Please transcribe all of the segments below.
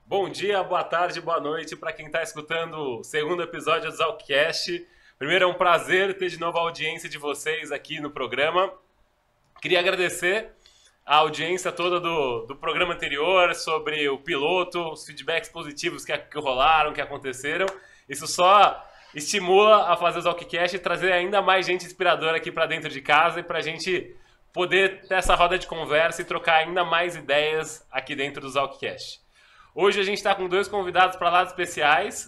Bom dia, boa tarde, boa noite para quem está escutando o segundo episódio do Zalcast. Primeiro, é um prazer ter de novo a audiência de vocês aqui no programa. Queria agradecer a audiência toda do programa anterior sobre o piloto, os feedbacks positivos que rolaram, que aconteceram. Isso só estimula a fazer o Zalcast e trazer ainda mais gente inspiradora aqui para dentro de casa e para a gente poder ter essa roda de conversa e trocar ainda mais ideias aqui dentro do Zalcast. Hoje a gente está com dois convidados para lá especiais.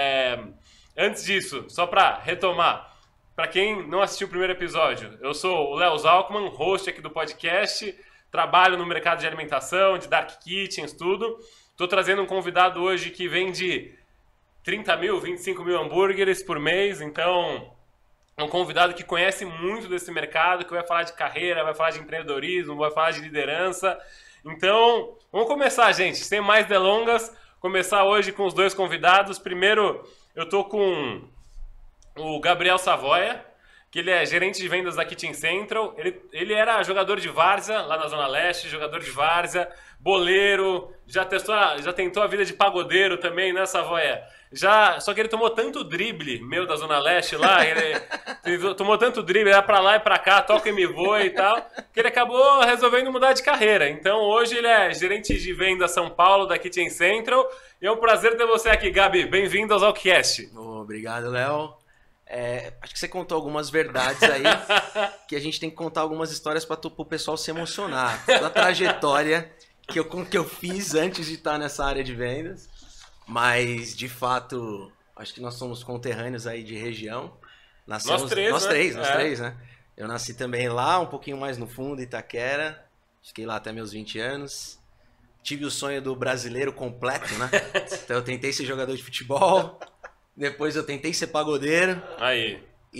Antes disso, só para retomar, para quem não assistiu o primeiro episódio, eu sou o Léo Zalkman, host aqui do podcast, trabalho no mercado de alimentação, de dark kitchens, tudo. Estou trazendo um convidado hoje que vende 30 mil, 25 mil hambúrgueres por mês, então é um convidado que conhece muito desse mercado, que vai falar de carreira, vai falar de empreendedorismo, vai falar de liderança. Então, vamos começar, gente, sem mais delongas, começar hoje com os dois convidados. Primeiro, eu tô com o Gabriel Savoia, que ele é gerente de vendas da Kitchen Central. Ele era jogador de várzea lá na Zona Leste, jogador de várzea, boleiro, já tentou a vida de pagodeiro também, né, Savoia? Só que ele tomou tanto drible, meu, da Zona Leste lá, ele tomou tanto drible, era pra lá e pra cá, toca e me voa e tal, que ele acabou resolvendo mudar de carreira. Então hoje ele é gerente de venda São Paulo da Kitchen Central. E é um prazer ter você aqui, Gabi. Bem-vindo ao Zalcast. Obrigado, Léo. Acho que você contou algumas verdades aí, que a gente tem que contar algumas histórias para o pessoal se emocionar. Da trajetória que eu fiz antes de estar nessa área de vendas. Mas, de fato, acho que nós somos conterrâneos aí de região. Nós três, né? Eu nasci também lá, um pouquinho mais no fundo, Itaquera. Fiquei lá até meus 20 anos. Tive o sonho do brasileiro completo, né? Então eu tentei ser jogador de futebol, depois eu tentei ser pagodeiro. Aí.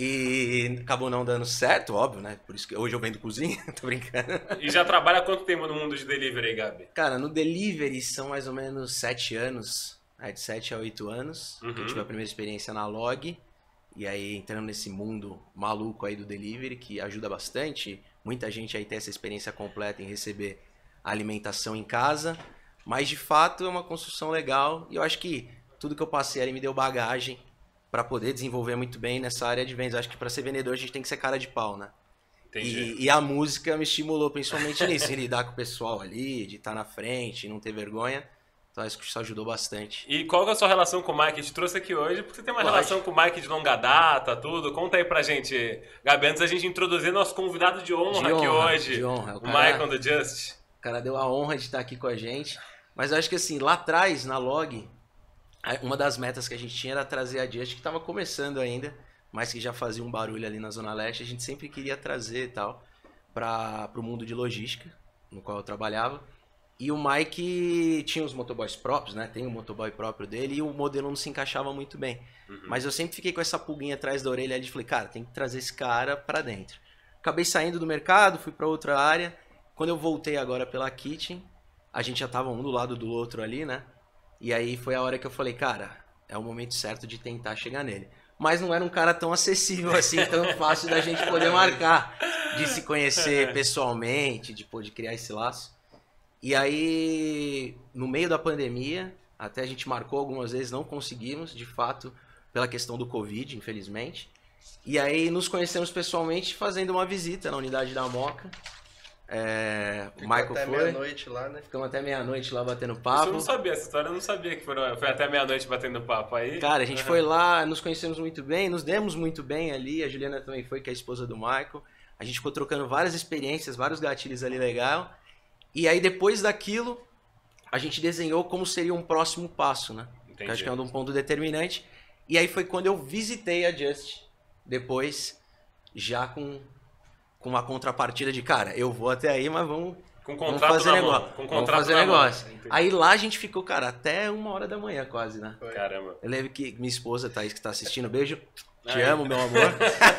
E acabou não dando certo, óbvio, né? Por isso que hoje eu vendo cozinha, tô brincando. E já trabalha há quanto tempo no mundo de delivery aí, Gabi? Cara, no delivery são mais ou menos 7 anos. De 7 a 8 anos. Uhum. Eu tive a primeira experiência na Log. E aí entrando nesse mundo maluco aí do delivery, que ajuda bastante. Muita gente aí tem essa experiência completa em receber alimentação em casa. Mas de fato é uma construção legal. E eu acho que tudo que eu passei ali me deu bagagem para poder desenvolver muito bem nessa área de vendas. Eu acho que para ser vendedor a gente tem que ser cara de pau, né? Entendi. E a música me estimulou principalmente nisso, em lidar com o pessoal ali, de estar na frente, não ter vergonha. Então acho que isso ajudou bastante. E qual que é a sua relação com o Mike? A gente trouxe aqui hoje porque você tem uma relação com o Mike de longa data, tudo. Conta aí pra gente, Gabi, antes da gente introduzir nosso convidado de honra aqui hoje. De honra. O Mike on the Just. O cara deu a honra de estar aqui com a gente. Mas eu acho que assim, lá atrás, na Log, uma das metas que a gente tinha era trazer a Just, que estava começando ainda, mas que já fazia um barulho ali na Zona Leste. A gente sempre queria trazer e tal para o mundo de logística, no qual eu trabalhava. E o Mike tinha os motoboys próprios, né? Tem um motoboy próprio dele e o modelo não se encaixava muito bem. Uhum. Mas eu sempre fiquei com essa pulguinha atrás da orelha de falei, cara, tem que trazer esse cara para dentro. Acabei saindo do mercado, fui para outra área. Quando eu voltei agora pela Kitchen, a gente já tava um do lado do outro ali, né? E aí foi a hora que eu falei, cara, é o momento certo de tentar chegar nele. Mas não era um cara tão acessível assim, tão fácil da gente poder marcar, de se conhecer pessoalmente, de poder criar esse laço. E aí, no meio da pandemia, até a gente marcou algumas vezes, não conseguimos, de fato, pela questão do Covid, infelizmente. E aí nos conhecemos pessoalmente fazendo uma visita na unidade da Moca. O Michael até foi. meia-noite lá, né? Ficamos até meia-noite lá batendo papo. Isso eu não sabia, essa história eu não sabia que foi até meia-noite batendo papo aí. Cara, a gente foi lá, nos conhecemos muito bem, nos demos muito bem ali. A Juliana também foi, que é a esposa do Michael. A gente ficou trocando várias experiências, vários gatilhos ali legal. E aí depois daquilo, a gente desenhou como seria um próximo passo, né? Que acho que é um ponto determinante. E aí foi quando eu visitei a Just, depois, já com uma contrapartida de, cara, eu vou até aí, mas vamos fazer negócio. Vamos fazer negócio. Aí lá a gente ficou, cara, até 1h da manhã quase, né? Caramba. Eu lembro que minha esposa, Thaís, que tá assistindo, beijo. Te amo, meu amor.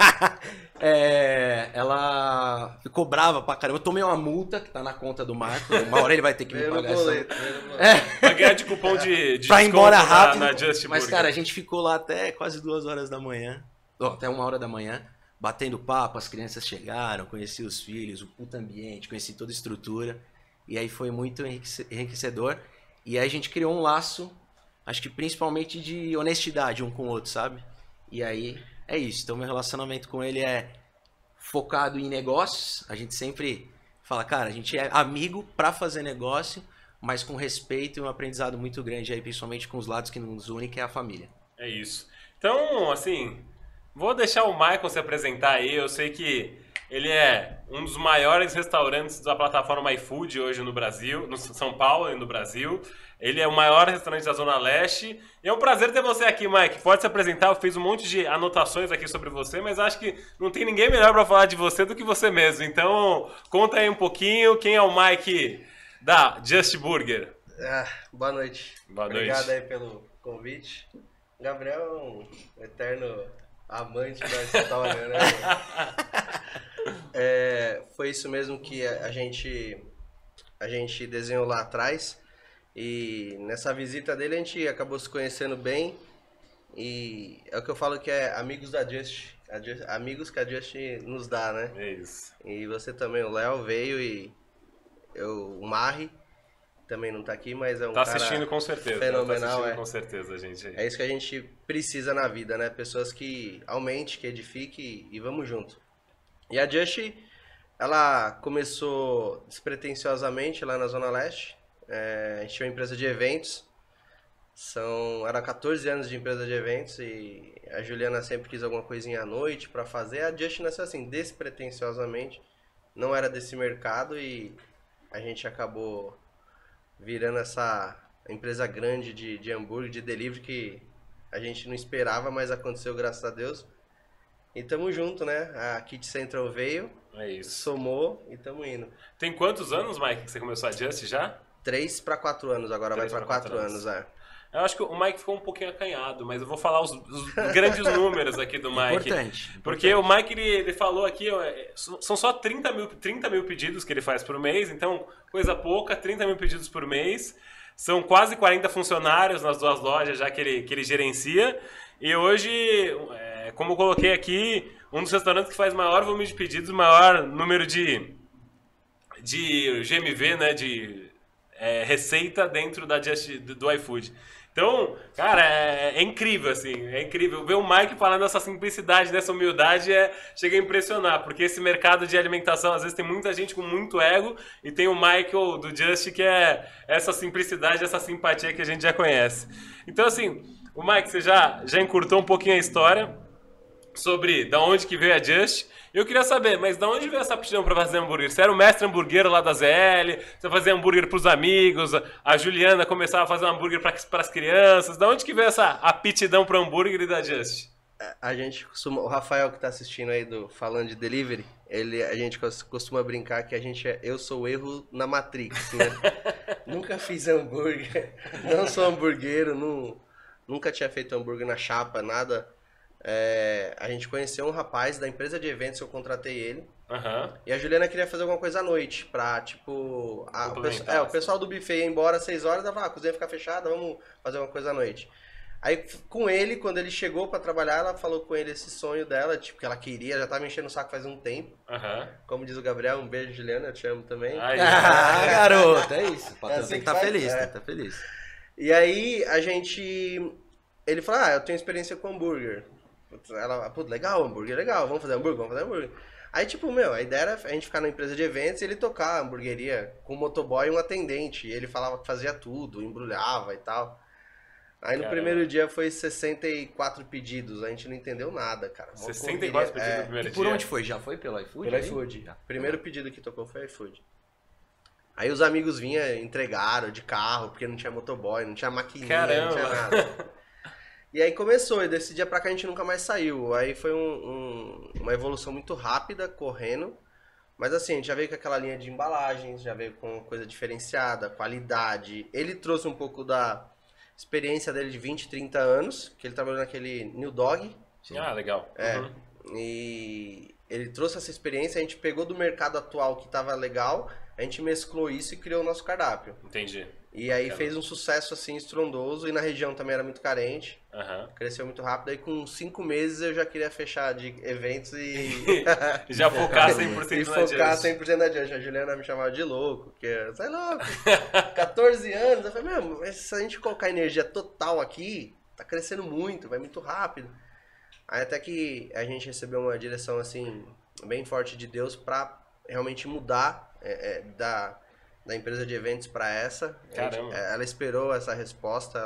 Ela ficou brava pra caramba. Eu tomei uma multa que tá na conta do Marco. Uma hora ele vai ter que me pagar essa. Vai ganhar de cupom de pra ir embora rápido. Na Just Mas, Burger. cara, a gente ficou lá até quase 2h da manhã. Até 1h da manhã. Batendo papo, as crianças chegaram, conheci os filhos, o puto ambiente, conheci toda a estrutura. E aí foi muito enriquecedor. E aí a gente criou um laço, acho que principalmente de honestidade um com o outro, sabe? E aí é isso. Então meu relacionamento com ele é focado em negócios. A gente sempre fala, cara, a gente é amigo pra fazer negócio, mas com respeito e um aprendizado muito grande aí, principalmente com os lados que nos unem, que é a família. É isso. Então, assim, vou deixar o Michael se apresentar aí. Eu sei que ele é um dos maiores restaurantes da plataforma iFood hoje no Brasil, no São Paulo e no Brasil. Ele é o maior restaurante da Zona Leste. E é um prazer ter você aqui, Mike. Pode se apresentar. Eu fiz um monte de anotações aqui sobre você, mas acho que não tem ninguém melhor para falar de você do que você mesmo. Então, conta aí um pouquinho. Quem é o Mike da Just Burger? Boa noite. Boa noite. Obrigado aí pelo convite. Gabriel é um eterno amante da história, né? Foi isso mesmo que a gente desenhou lá atrás. E nessa visita dele a gente acabou se conhecendo bem. E é o que eu falo que é amigos da Just. Amigos que a Just nos dá, né? É isso. E você também, o Léo veio e o Marri também não tá aqui, mas é um Tá cara assistindo com certeza. fenomenal. Tá assistindo com certeza, gente. É isso que a gente precisa na vida, né? Pessoas que aumente, que edifique e vamos junto. E a Just, ela começou despretensiosamente lá na Zona Leste. A gente tinha uma empresa de eventos. Era 14 anos de empresa de eventos e a Juliana sempre quis alguma coisinha à noite pra fazer. A Just nasceu assim, despretensiosamente. Não era desse mercado e a gente acabou virando essa empresa grande de hambúrguer, de delivery, que a gente não esperava, mas aconteceu, graças a Deus. E tamo junto, né? A Kit Central veio, É isso. somou e tamo indo. Tem quantos anos, Mike, que você começou a Just já? 3 para 4 anos, agora vai 3 para pra 4 4 anos, Eu acho que o Mike ficou um pouquinho acanhado, mas eu vou falar os grandes números aqui do Mike. Importante. Porque o Mike, ele falou aqui, são só 30 mil pedidos que ele faz por mês, então coisa pouca, 30 mil pedidos por mês. São quase 40 funcionários nas duas lojas já que ele gerencia. E hoje, como eu coloquei aqui, um dos restaurantes que faz maior volume de pedidos, maior número de GMV, né, de receita dentro do iFood. Então, cara, é incrível, assim, é incrível. Ver o Mike falando dessa simplicidade, dessa humildade, chega a impressionar, porque esse mercado de alimentação, às vezes, tem muita gente com muito ego, e tem o Michael do Just, que é essa simplicidade, essa simpatia que a gente já conhece. Então, assim, o Mike, você já encurtou um pouquinho a história sobre da onde que veio a Just. Eu queria saber, mas da onde veio essa aptidão para fazer hambúrguer? Você era o mestre hambúrguer lá da ZL, você fazia hambúrguer para os amigos, a Juliana começava a fazer um hambúrguer para as crianças. Da onde que veio essa aptidão para hambúrguer e da Just? A gente costuma, o Rafael que tá assistindo aí falando de delivery, a gente costuma brincar que eu sou o erro na Matrix, né? Nunca fiz hambúrguer, não sou hambúrguero, nunca tinha feito hambúrguer na chapa, nada. A gente conheceu um rapaz da empresa de eventos, eu contratei ele. Uhum. E a Juliana queria fazer alguma coisa à noite, pra, tipo... o pessoal do buffet ia embora às 6 horas, ela falava, a cozinha fica fechada, vamos fazer uma coisa à noite. Aí, com ele, quando ele chegou pra trabalhar, ela falou com ele esse sonho dela, tipo, que ela queria, já tava me enchendo o saco faz um tempo. Uhum. Como diz o Gabriel, um beijo, Juliana, eu te amo também. Ai, Garoto, é isso. O patrão assim tem que que estar faz, feliz, tem que estar feliz. E aí, ele falou, eu tenho experiência com hambúrguer. Ela, putz, legal, hambúrguer, legal, vamos fazer hambúrguer. Aí, tipo, a ideia era a gente ficar na empresa de eventos e ele tocar a hamburgueria com um motoboy e um atendente. E ele falava que fazia tudo, embrulhava e tal. Aí no primeiro dia foi 64 pedidos, a gente não entendeu nada, cara. 64 pedidos no primeiro E por dia? onde foi? Já foi pelo iFood? Pelo iFood. Primeiro pedido que tocou foi iFood. Aí os amigos vinham, entregaram de carro, porque não tinha motoboy, não tinha maquininha, Caramba. não tinha nada. E aí começou, e desse dia pra cá a gente nunca mais saiu. Aí foi uma evolução muito rápida, correndo. Mas assim, a gente já veio com aquela linha de embalagens, já veio com coisa diferenciada, qualidade. Ele trouxe um pouco da experiência dele de 20, 30 anos, que ele trabalhou naquele New Dog. Ah, legal. Uhum. E ele trouxe essa experiência, a gente pegou do mercado atual que tava legal, a gente mesclou isso e criou o nosso cardápio. Entendi. E aí fez um sucesso assim estrondoso e na região também era muito carente. Cresceu muito rápido. Aí com 5 meses eu já queria fechar de eventos e... já focar 100% e na focar Just. 100% na Just. A Juliana me chamava de louco, porque você é louco. 14 anos. Eu falei, meu, mas se a gente colocar energia total aqui, tá crescendo muito, vai muito rápido. Aí até que a gente recebeu uma direção assim, bem forte de Deus pra realmente mudar da empresa de eventos para essa. Caramba. Ela esperou essa resposta,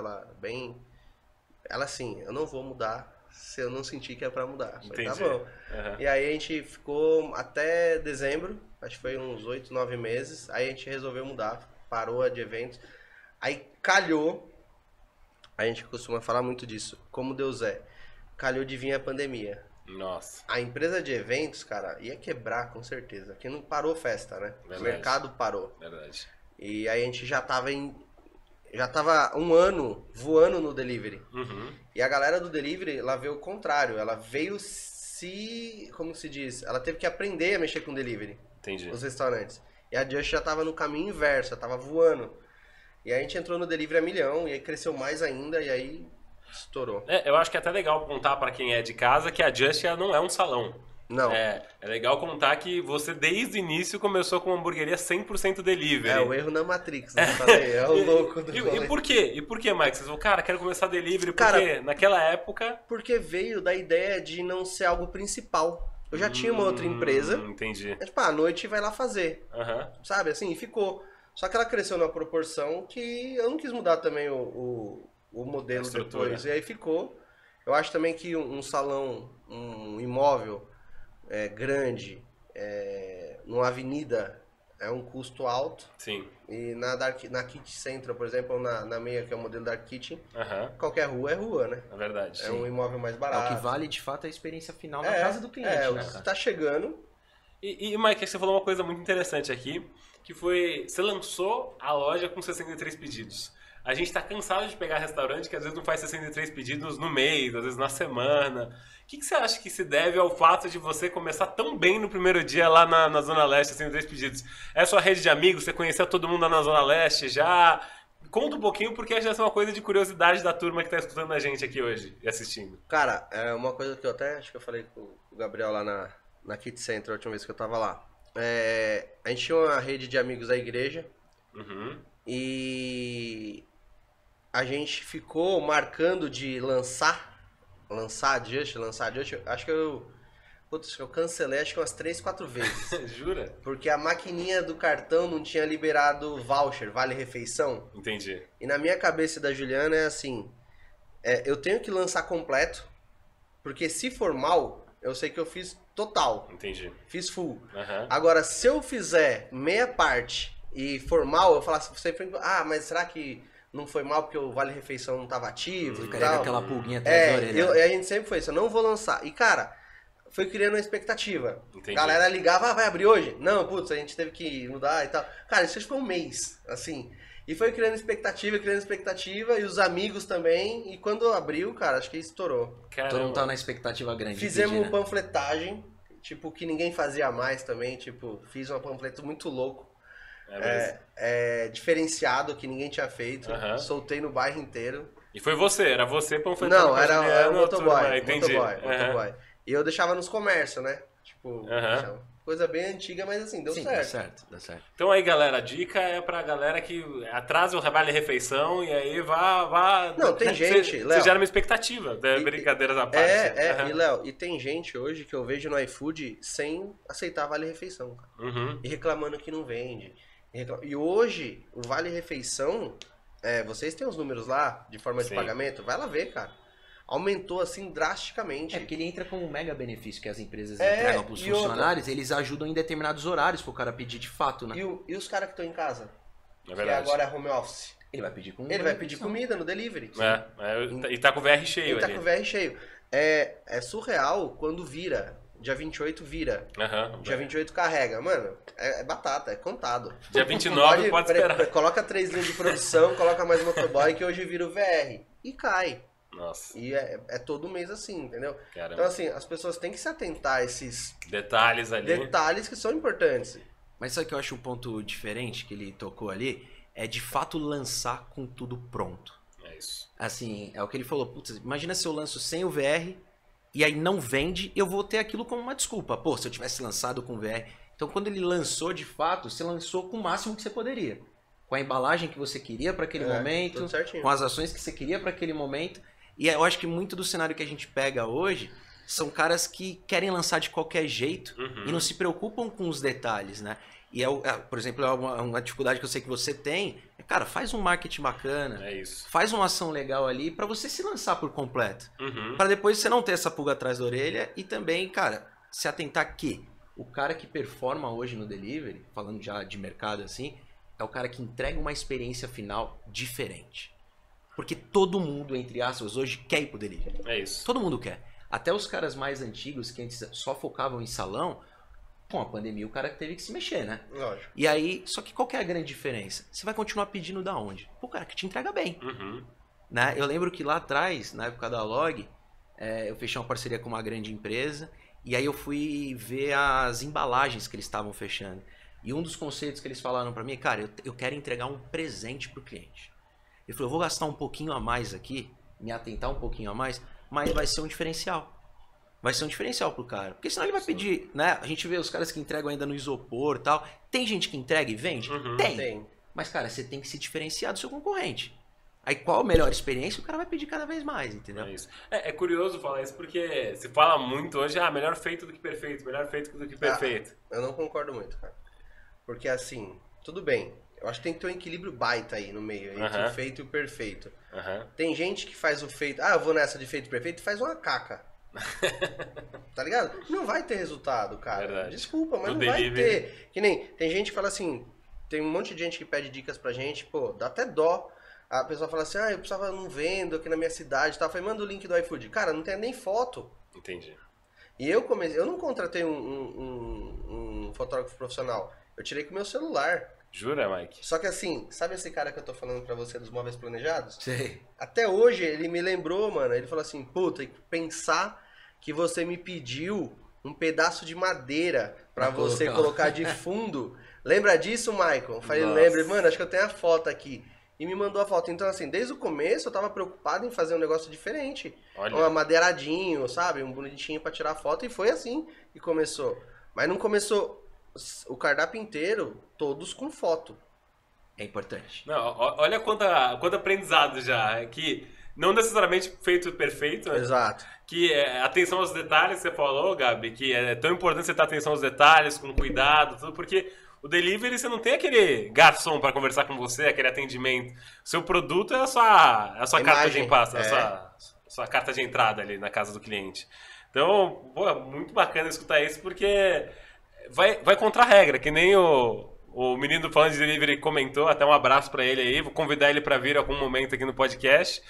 ela assim, eu não vou mudar se eu não sentir que é para mudar. Falei, tá bom. E aí a gente ficou até dezembro, acho que foi uns 8, 9 meses, aí a gente resolveu mudar, parou a de eventos. Aí calhou, a gente costuma falar muito disso, como Deus é, calhou de vir a pandemia. Nossa. A empresa de eventos, cara, ia quebrar com certeza. Porque não parou festa, né? Verdade. O mercado parou. Verdade. E aí a gente já tava um ano voando no delivery. E a galera do delivery, ela veio o contrário. Ela veio como se diz? Ela teve que aprender a mexer com delivery. Entendi. Os restaurantes. E a Just já tava no caminho inverso, já tava voando. E aí a gente entrou no delivery a milhão, e aí cresceu mais ainda, e aí estourou. Eu acho que é até legal contar pra quem é de casa que a Just ela não é um salão. Não. É legal contar que você desde o início começou com uma hamburgueria 100% delivery. É o erro na Matrix, né? Falei, é o louco do E por quê? E por quê, Mike? Você falou, cara, quero começar delivery, Cara, porque naquela época... Porque veio da ideia de não ser algo principal. Eu já tinha uma outra empresa. Entendi. Tipo, à noite vai lá fazer. Sabe, assim, e ficou. Só que ela cresceu numa proporção que eu não quis mudar também o modelo depois. E aí ficou. Eu acho também que um salão, um imóvel grande, numa avenida, é um custo alto. Sim. E na Kit Central, por exemplo, ou na meia, que é o modelo Dark Kitchen, qualquer rua é rua, né? É verdade. É um imóvel mais barato. O que vale, de fato, é a experiência final na casa do cliente, né? Você tá chegando... E Mike, você falou uma coisa muito interessante aqui, que foi, você lançou a loja com 63 pedidos. A gente tá cansado de pegar restaurante que às vezes não faz 63 pedidos no mês, às vezes na semana. O que você acha que se deve ao fato de você começar tão bem no primeiro dia lá na Zona Leste, 63 pedidos? É sua rede de amigos, você conheceu todo mundo lá na Zona Leste já? Conta um pouquinho, porque acho que essa é uma coisa de curiosidade da turma que tá escutando a gente aqui hoje e assistindo. Cara, é uma coisa que eu até acho que eu falei com o Gabriel lá na Kit Center, a última vez que eu tava lá. A gente tinha uma rede de amigos da igreja e a gente ficou marcando de lançar a Just. Acho que eu cancelei acho que umas 3, 4 vezes. Jura? Porque a maquininha do cartão não tinha liberado voucher, vale refeição. Entendi. E na minha cabeça da Juliana é assim, eu tenho que lançar completo, porque se for mal, eu sei que eu fiz total. Entendi. Fiz full. Agora, se eu fizer meia parte e for mal, eu falar sempre, mas será que não foi mal porque o Vale Refeição não estava ativo? Ficaria com aquela pulguinha atrás da orelha. A gente sempre foi isso, eu não vou lançar. E cara, foi criando uma expectativa. Entendi. A galera ligava, vai abrir hoje? Não, putz, a gente teve que mudar e tal. Cara, isso foi um mês, assim. E foi criando expectativa, e os amigos também. E quando abriu, cara, acho que estourou. Todo mundo tava na expectativa grande. Fizemos panfletagem, tipo, que ninguém fazia mais também. Tipo, fiz um panfleto muito louco. Diferenciado, que ninguém tinha feito. Soltei no bairro inteiro. E foi você? Era você panfletando? Não, era o motoboy. Entendi. Motoboy. E eu deixava nos comércios, né? Tipo, coisa bem antiga, mas assim, deu certo. Deu certo. Então aí, galera, a dica é pra galera que atrasa o Vale Refeição e aí vá... Não, tem gente, Léo... Você gera uma expectativa, brincadeiras à parte. E Léo, e tem gente hoje que eu vejo no iFood sem aceitar Vale Refeição, cara. E reclamando que não vende. E hoje, o Vale Refeição, vocês têm os números lá, de forma de pagamento, vai lá ver, cara. Aumentou assim drasticamente. Porque ele entra com um mega benefício que as empresas entregam para os funcionários, eles ajudam em determinados horários para o cara pedir de fato, né? E os caras que estão em casa? É verdade. Que agora é home office. Ele vai pedir comida no delivery. E tá com o VR cheio ali. Tá com o VR cheio. É surreal quando vira. Dia 28 vira. Dia 28 carrega. Mano, é batata, é contado. Dia 29 pode esperar. Coloca 3 linhas de produção, coloca mais motoboy que hoje vira o VR. E cai. Nossa. E é todo mês assim, entendeu? Caramba. Então, assim, as pessoas têm que se atentar a esses detalhes ali. Detalhes que são importantes. Mas sabe que eu acho um ponto diferente que ele tocou ali? é de fato lançar com tudo pronto. É isso. Assim, é o que ele falou, putz, imagina se eu lanço sem o VR e aí não vende, eu vou ter aquilo como uma desculpa. Pô, se eu tivesse lançado com VR... Então, quando ele lançou de fato, você lançou com o máximo que você poderia. Com a embalagem que você queria para aquele momento, com as ações que você queria para aquele momento. E eu acho que muito do cenário que a gente pega hoje são caras que querem lançar de qualquer jeito e não se preocupam com os detalhes, né? E, por exemplo, uma dificuldade que eu sei que você tem é, cara, faz um marketing bacana, faz uma ação legal ali para você se lançar por completo. Para depois você não ter essa pulga atrás da orelha e também, cara, se atentar que o cara que performa hoje no delivery, falando já de mercado assim, é o cara que entrega uma experiência final diferente. Porque todo mundo, entre aspas, hoje quer ir pro delivery. É isso. Todo mundo quer. Até os caras mais antigos, que antes só focavam em salão, com a pandemia o cara teve que se mexer, né? Lógico. E aí, só que qual que é a grande diferença? Você vai continuar pedindo da onde? O cara que te entrega bem. Né? Eu lembro que lá atrás, na época da Log, eu fechei uma parceria com uma grande empresa. E aí eu fui ver as embalagens que eles estavam fechando. E um dos conceitos que eles falaram pra mim, cara, eu quero entregar um presente pro cliente. Ele falou, eu vou gastar um pouquinho a mais aqui, me atentar um pouquinho a mais, mas vai ser um diferencial. Vai ser um diferencial pro cara. Porque senão ele vai pedir, né? A gente vê os caras que entregam ainda no isopor e tal. Tem gente que entrega e vende? Tem. Mas, cara, você tem que se diferenciar do seu concorrente. Aí qual a melhor experiência, o cara vai pedir cada vez mais, entendeu? É isso. É curioso falar isso porque se fala muito hoje, melhor feito do que perfeito, melhor feito do que perfeito. Eu não concordo muito, cara. Porque assim, tudo bem. Eu acho que tem que ter um equilíbrio baita aí no meio, entre o feito e o perfeito. Tem gente que faz o feito, eu vou nessa de feito e perfeito e faz uma caca. Tá ligado? Não vai ter resultado, cara. Verdade. Desculpa, mas não vai ter. Que nem, tem gente que fala assim, tem um monte de gente que pede dicas pra gente, pô, dá até dó. A pessoa fala assim, eu precisava, não vendo aqui na minha cidade e tal. Eu falei, manda o link do iFood. Cara, não tem nem foto. Entendi. E eu não contratei um fotógrafo profissional. Eu tirei com o meu celular. Jura, Mike? Só que assim, sabe esse cara que eu tô falando pra você dos móveis planejados? Sei. Até hoje ele me lembrou, mano. Ele falou assim, puta, pensar que você me pediu um pedaço de madeira pra você colocar de fundo. Lembra disso, Michael? Eu falei, lembra. Mano, acho que eu tenho a foto aqui. E me mandou a foto. Então, assim, desde o começo eu tava preocupado em fazer um negócio diferente. Olha. Um amadeiradinho, sabe? Um bonitinho pra tirar foto. E foi assim que começou. Mas não começou o cardápio inteiro, todos com foto. É importante. Não, olha quanto aprendizado já. Que não necessariamente feito perfeito. Né? Exato. Que atenção aos detalhes, você falou, Gabi, que é tão importante você ter atenção aos detalhes, com cuidado, tudo, porque... O delivery, você não tem aquele garçom para conversar com você, aquele atendimento. O seu produto é a sua carta de pasta, a sua carta de entrada ali na casa do cliente. Então, pô, muito bacana escutar isso, porque vai contra a regra, que nem o menino do Falando de Delivery comentou, até um abraço para ele aí, vou convidar ele para vir em algum momento aqui no podcast,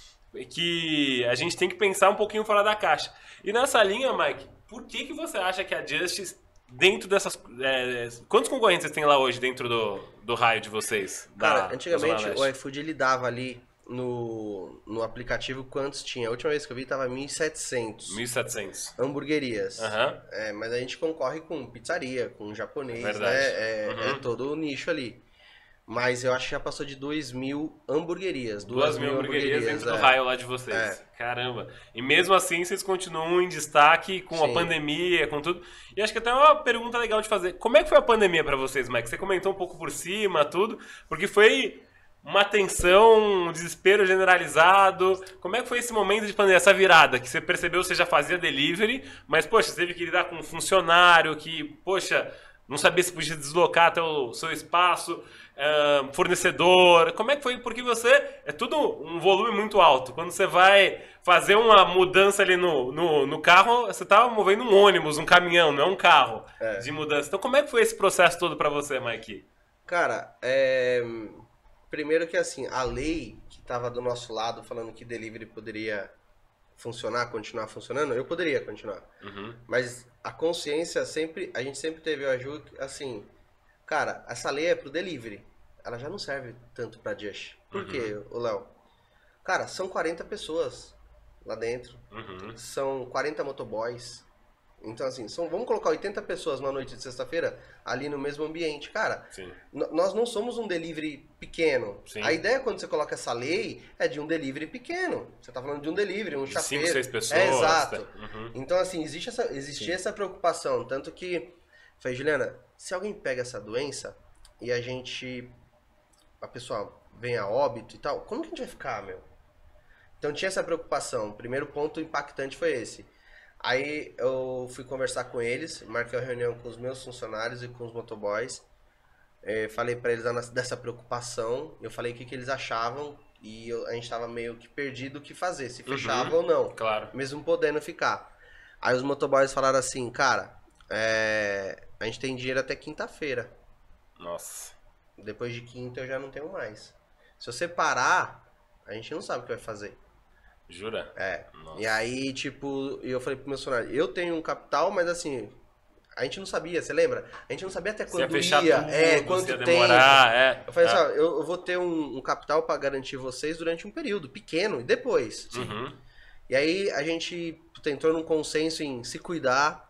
que a gente tem que pensar um pouquinho fora da caixa. E nessa linha, Mike, por que você acha que a Just... Dentro dessas... quantos concorrentes vocês têm lá hoje dentro do raio de vocês? Cara, antigamente o iFood ele dava ali no aplicativo quantos tinha. A última vez que eu vi tava 1.700. 1.700. Hamburguerias. Mas a gente concorre com pizzaria, com japonês, verdade. Né? É todo o nicho ali. Mas eu acho que já passou de 2.000 hamburguerias. 2.000 hamburguerias dentro do raio lá de vocês. Caramba. E mesmo assim vocês continuam em destaque com a pandemia, com tudo. E acho que até uma pergunta legal de fazer. Como é que foi a pandemia pra vocês, Mike? Você comentou um pouco por cima, tudo. Porque foi uma tensão, um desespero generalizado. Como é que foi esse momento de pandemia, essa virada? Que você percebeu que você já fazia delivery, mas, poxa, você teve que lidar com um funcionário que, poxa, não sabia se podia deslocar até o seu espaço... fornecedor, como é que foi? Porque você, é tudo um volume muito alto, quando você vai fazer uma mudança ali no carro, você tá movendo um ônibus, um caminhão, não é um carro de mudança, então como é que foi esse processo todo pra você, Mike? Cara, primeiro que assim, a lei que tava do nosso lado falando que delivery poderia funcionar, continuar funcionando, eu poderia continuar, mas a consciência a gente sempre teve o ajuda, assim, cara, essa lei é pro delivery. Ela já não serve tanto pra Just. Por quê, Léo? Cara, são 40 pessoas lá dentro. São 40 motoboys. Então, assim, vamos colocar 80 pessoas numa noite de sexta-feira ali no mesmo ambiente. Cara, Sim. nós não somos um delivery pequeno. Sim. A ideia, quando você coloca essa lei, é de um delivery pequeno. Você tá falando de um delivery, um De chapeiro. 5, 6 pessoas. Exato. Uhum. Então, assim, existia essa preocupação. Tanto que, falei, Juliana, se alguém pega essa doença e a pessoa vem a óbito e tal, como que a gente vai ficar, meu? Então tinha essa preocupação. O primeiro ponto impactante foi esse. Aí eu fui conversar com eles, marquei uma reunião com os meus funcionários e com os motoboys. Falei pra eles dessa preocupação, eu falei o que eles achavam e a gente tava meio que perdido o que fazer, se fechava ou não, Claro. mesmo podendo ficar. Aí os motoboys falaram assim, cara, a gente tem dinheiro até quinta-feira. Nossa. Depois de quinta eu já não tenho mais. Se você parar, a gente não sabe o que vai fazer. Jura? Nossa. E aí, tipo, eu falei pro meu funcionário, eu tenho um capital, mas assim, a gente não sabia, você lembra? A gente não sabia até quando fechar ia, tudo, quanto se ia tempo. demorar, Eu falei assim, ó, eu vou ter um capital pra garantir vocês durante um período pequeno, e depois. Uhum. E aí a gente entrou num consenso em se cuidar.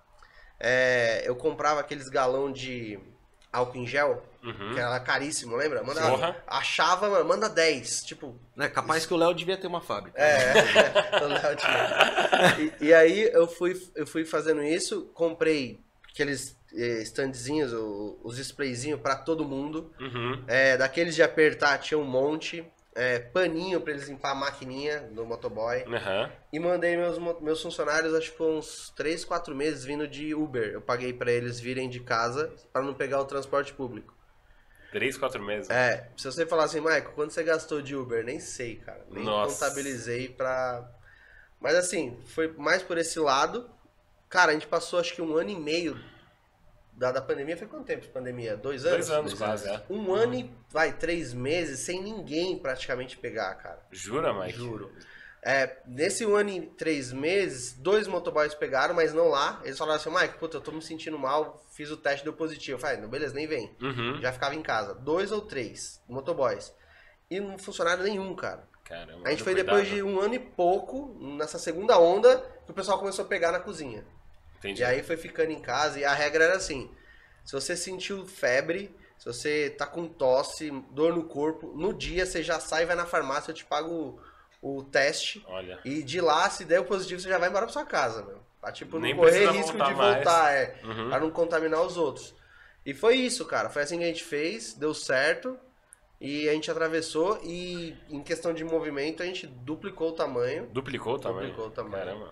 Eu comprava aqueles galão de álcool em gel, que era caríssimo, lembra? Porra. Achava, mano, manda 10. Tipo, É capaz que o Léo devia ter uma fábrica. o Léo tinha. E aí eu fui fazendo isso, comprei aqueles standzinhos, os sprayzinhos pra todo mundo. Uhum. Daqueles de apertar tinha um monte. Paninho pra eles limpar a maquininha do motoboy. Uhum. E mandei meus funcionários, acho que uns 3, 4 meses vindo de Uber. Eu paguei pra eles virem de casa pra não pegar o transporte público. 3, 4 meses. Se você falar assim, Michael, quanto você gastou de Uber? Nem sei, cara. Nem Nossa. contabilizei pra... Mas assim, foi mais por esse lado. Cara, a gente passou acho que 1 ano e meio da pandemia. Foi quanto tempo de pandemia? 2 anos? 2 anos quase, 1 ano e 3 meses sem ninguém praticamente pegar, cara. Jura, Mike? Juro. Nesse 1 ano e 3 meses, 2 motoboys pegaram, mas não lá. Eles falaram assim, Mike, puta, eu tô me sentindo mal, fiz o teste, deu positivo. Eu falei, não, beleza, nem vem. Uhum. Já ficava em casa. 2 ou 3 motoboys. E não funcionário nenhum, cara. Caramba, A gente foi cuidado. depois de 1 ano e pouco, nessa segunda onda, que o pessoal começou a pegar na cozinha. Entendi. E aí foi ficando em casa, e a regra era assim, se você sentiu febre, se você tá com tosse, dor no corpo, no dia você já sai, vai na farmácia, eu te pago o teste. Olha. E de lá, se der o positivo, você já vai embora pra sua casa, meu. Pra, tipo, Nem não correr precisa risco voltar de voltar, mais. Uhum. Pra não contaminar os outros. E foi isso, cara. Foi assim que a gente fez, deu certo. E a gente atravessou e em questão de movimento a gente duplicou o tamanho. Duplicou o tamanho? Duplicou o tamanho. Caramba.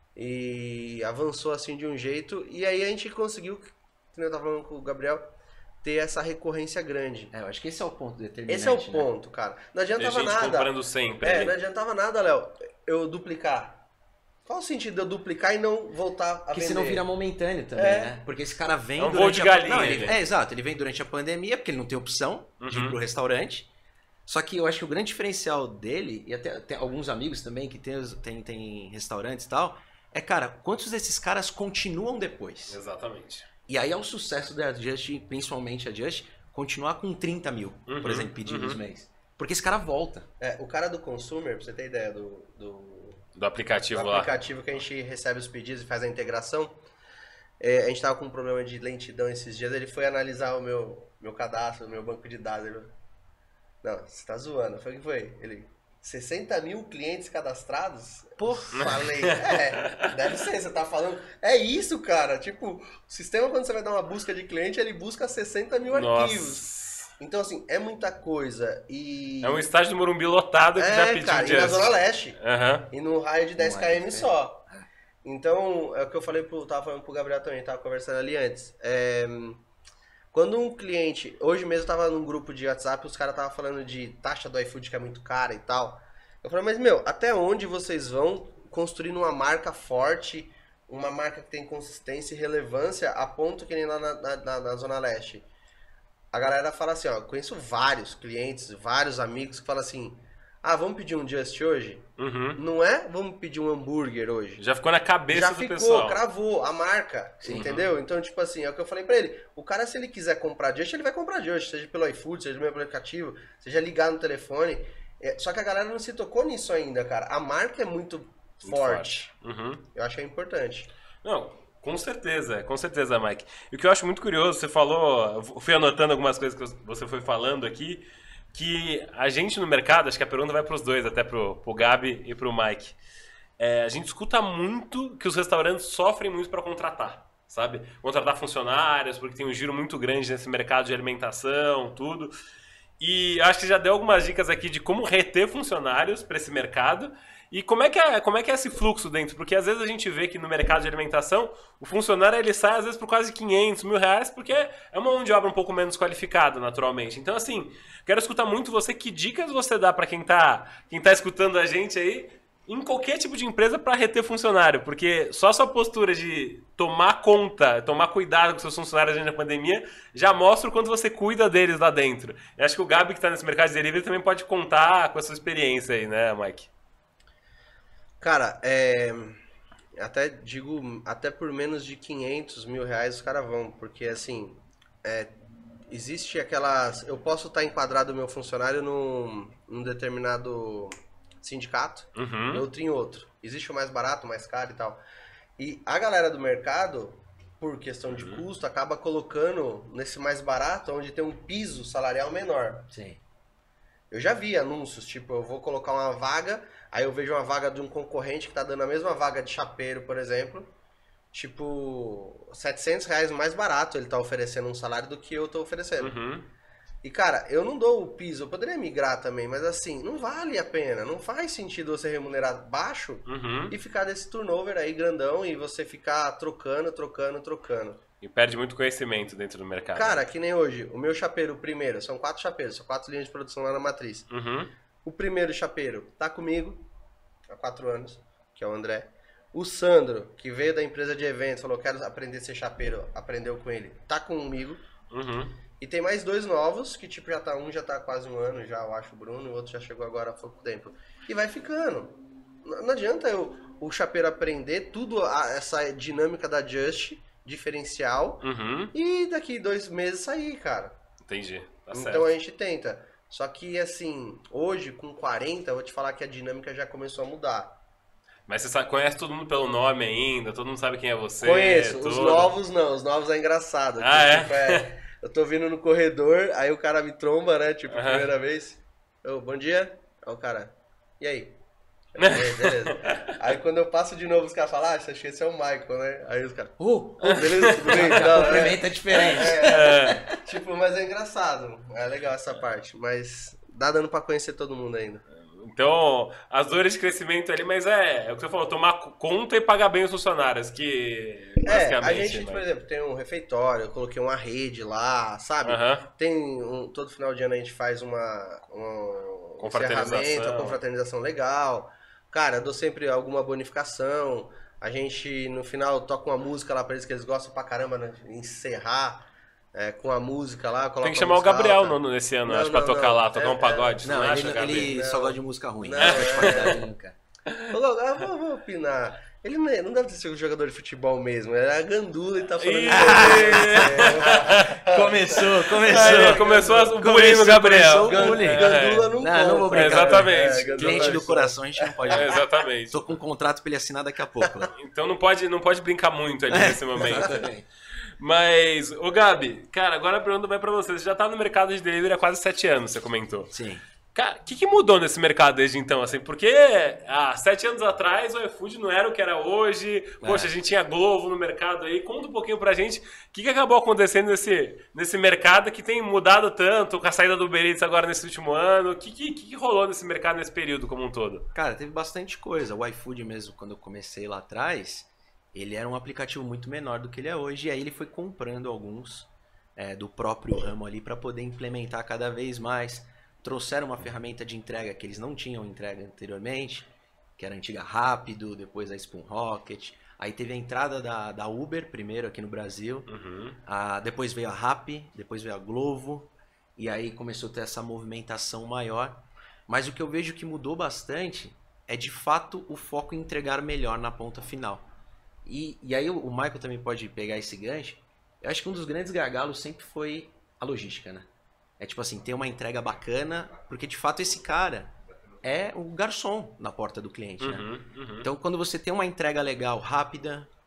E avançou assim de um jeito. E aí a gente conseguiu, como eu tava falando com o Gabriel, ter essa recorrência grande. Eu acho que esse é o ponto determinante. Esse é o né? ponto, cara. Não Tem adiantava gente nada. comprando sempre. ali. Não adiantava nada, Léo, eu duplicar. Qual o sentido de eu duplicar e não voltar a Porque vender? senão vira momentâneo também, né? Porque esse cara vem É um voo durante de a... galinha, Não, ele. exato. Ele vem durante a pandemia, porque ele não tem opção de ir pro restaurante. Só que eu acho que o grande diferencial dele, e até tem alguns amigos também que tem restaurantes e tal, cara, quantos desses caras continuam depois? Exatamente. E aí é o sucesso da Just, principalmente a Just, continuar com 30 mil, por exemplo, pedidos mês. Porque esse cara volta. O cara do consumer, pra você ter ideia do aplicativo lá. aplicativo que a gente recebe os pedidos e faz a integração, a gente tava com um problema de lentidão esses dias, ele foi analisar o meu cadastro, o meu banco de dados. Ele falou, não, você tá zoando. Eu falei, o que foi? Ele, 60 mil clientes cadastrados? Porra! Falei, deve ser, você tá falando. É isso, cara. Tipo, o sistema, quando você vai dar uma busca de cliente, ele busca 60 mil arquivos. Então, assim, é muita coisa. E... É um estádio do Morumbi lotado que já pediu cara, e na Zona Leste. Uhum. E no raio de 10 km só. Então, é o que eu tava falando pro Gabriel também, tava conversando ali antes. Quando um cliente... Hoje mesmo eu tava num grupo de WhatsApp, os caras estavam falando de taxa do iFood que é muito cara e tal. Eu falei, mas, meu, até onde vocês vão construindo uma marca forte, uma marca que tem consistência e relevância, a ponto que nem lá na Zona Leste? A galera fala assim, ó, conheço vários clientes, vários amigos que falam assim, vamos pedir um Just hoje? Uhum. Não é vamos pedir um hambúrguer hoje. Já ficou na cabeça do pessoal. Já ficou, cravou a marca, entendeu? Então, tipo assim, é o que eu falei pra ele. O cara, se ele quiser comprar Just, ele vai comprar Just, seja pelo iFood, seja pelo aplicativo, seja ligar no telefone. Só que a galera não se tocou nisso ainda, cara. A marca é muito forte. Uhum. Eu acho que é importante. Não, Com certeza, Mike. E o que eu acho muito curioso, você falou, eu fui anotando algumas coisas que você foi falando aqui, que a gente no mercado, acho que a pergunta vai para os dois, até pro Gabi e pro Mike. A gente escuta muito que os restaurantes sofrem muito para contratar, sabe? Contratar funcionários, porque tem um giro muito grande nesse mercado de alimentação, tudo. E acho que já deu algumas dicas aqui de como reter funcionários para esse mercado. E como é que é esse fluxo dentro? Porque às vezes a gente vê que no mercado de alimentação, o funcionário ele sai às vezes por quase 500 mil reais, porque é uma mão de obra um pouco menos qualificada, naturalmente. Então, assim, quero escutar muito você, que dicas você dá para quem tá escutando a gente aí, em qualquer tipo de empresa para reter funcionário. Porque só a sua postura de tomar conta, tomar cuidado com seus funcionários durante a pandemia, já mostra o quanto você cuida deles lá dentro. Eu acho que o Gabi, que está nesse mercado de delivery, também pode contar com a sua experiência aí, né, Mike? Cara, até digo, até por menos de 500 mil reais os caras vão, porque assim, existe aquelas... Eu posso estar enquadrado o meu funcionário num determinado sindicato, outro em outro. Existe o mais barato, o mais caro e tal. E a galera do mercado, por questão de custo, acaba colocando nesse mais barato, onde tem um piso salarial menor. Sim. Eu já vi anúncios, tipo, eu vou colocar uma vaga, aí eu vejo uma vaga de um concorrente que tá dando a mesma vaga de chapeiro, por exemplo, tipo, R$700 mais barato ele tá oferecendo um salário do que eu tô oferecendo. E, cara, eu não dou o piso, eu poderia migrar também, mas assim, não vale a pena, não faz sentido você remunerar baixo e ficar desse turnover aí grandão e você ficar trocando. E perde muito conhecimento dentro do mercado. Cara, que nem hoje, o meu chapeiro primeiro, são 4 chapeiros, são 4 linhas de produção lá na matriz. O primeiro chapeiro tá comigo há 4 anos, que é o André. O Sandro, que veio da empresa de eventos, falou, quero aprender a ser chapeiro, aprendeu com ele, tá comigo. E tem mais 2 novos, que tipo, um já tá há quase 1 ano, já eu acho, o Bruno, e o outro já chegou agora há pouco tempo. E vai ficando. Não adianta o chapeiro aprender tudo essa dinâmica da Just, diferencial, e daqui 2 meses sair, cara. Entendi, tá certo. Então a gente tenta. Só que assim, hoje com 40, eu vou te falar que a dinâmica já começou a mudar. Mas você conhece todo mundo pelo nome ainda? Todo mundo sabe quem é você? Conheço, tudo. Os novos não, os novos é engraçado. Tipo, eu tô vindo no corredor, aí o cara me tromba, né, tipo, primeira vez. Bom dia. Aí o cara, e aí? Beleza. Aí quando eu passo de novo, os caras falam, acho que esse é o Michael, né? Aí os caras, beleza, tudo bem? Cumprimento é diferente. Tipo, mas é engraçado. É legal essa parte, mas dá dando pra conhecer todo mundo ainda. Então, as dores de crescimento ali, mas é o que você falou, tomar conta e pagar bem os funcionários, que a gente, por exemplo, tem um refeitório, eu coloquei uma rede lá, sabe? Tem todo final de ano a gente faz uma encerramento, uma confraternização legal. Cara, eu dou sempre alguma bonificação. A gente, no final, toca uma música lá pra eles que eles gostam pra caramba, né? Encerrar com a música lá. Tem que chamar o Gabriel nesse ano, acho, pra tocar lá, tocar um pagode. Não, ele só gosta de música ruim. Não, não de qualidade nunca. Vou opinar. Ele não deve ter sido um jogador de futebol mesmo, ele era gandula e tá falando... Começou o bullying no Gabriel. Gandula não vou brincar. Exatamente. Cliente do coração a gente não pode... Exatamente. Tô com um contrato pra ele assinar daqui a pouco. Né? Então não pode brincar muito ali nesse momento. Exatamente. Mas, ô Gabi, cara, agora a pergunta vai pra você. Você já tá no mercado de delivery há quase 7 anos, você comentou. Sim. Cara, o que mudou nesse mercado desde então, assim? Porque há 7 anos atrás o iFood não era o que era hoje. Poxa, a gente tinha Glovo no mercado aí. Conta um pouquinho pra gente o que acabou acontecendo nesse mercado que tem mudado tanto, com a saída do Uber Eats agora nesse último ano. O que rolou nesse mercado nesse período como um todo? Cara, teve bastante coisa. O iFood mesmo, quando eu comecei lá atrás, ele era um aplicativo muito menor do que ele é hoje. E aí ele foi comprando alguns do próprio ramo ali para poder implementar cada vez mais. Trouxeram uma ferramenta de entrega que eles não tinham entrega anteriormente, que era a antiga Rápido, depois a Spoon Rocket. Aí teve a entrada da Uber primeiro aqui no Brasil, depois veio a Rappi, depois veio a Glovo, e aí começou a ter essa movimentação maior. Mas o que eu vejo que mudou bastante é de fato o foco em entregar melhor na ponta final. E aí o Michael também pode pegar esse gancho. Eu acho que um dos grandes gargalos sempre foi a logística, né? É tipo assim, ter uma entrega bacana, porque de fato esse cara é o garçom na porta do cliente, né? Então quando você tem uma entrega legal, rápida,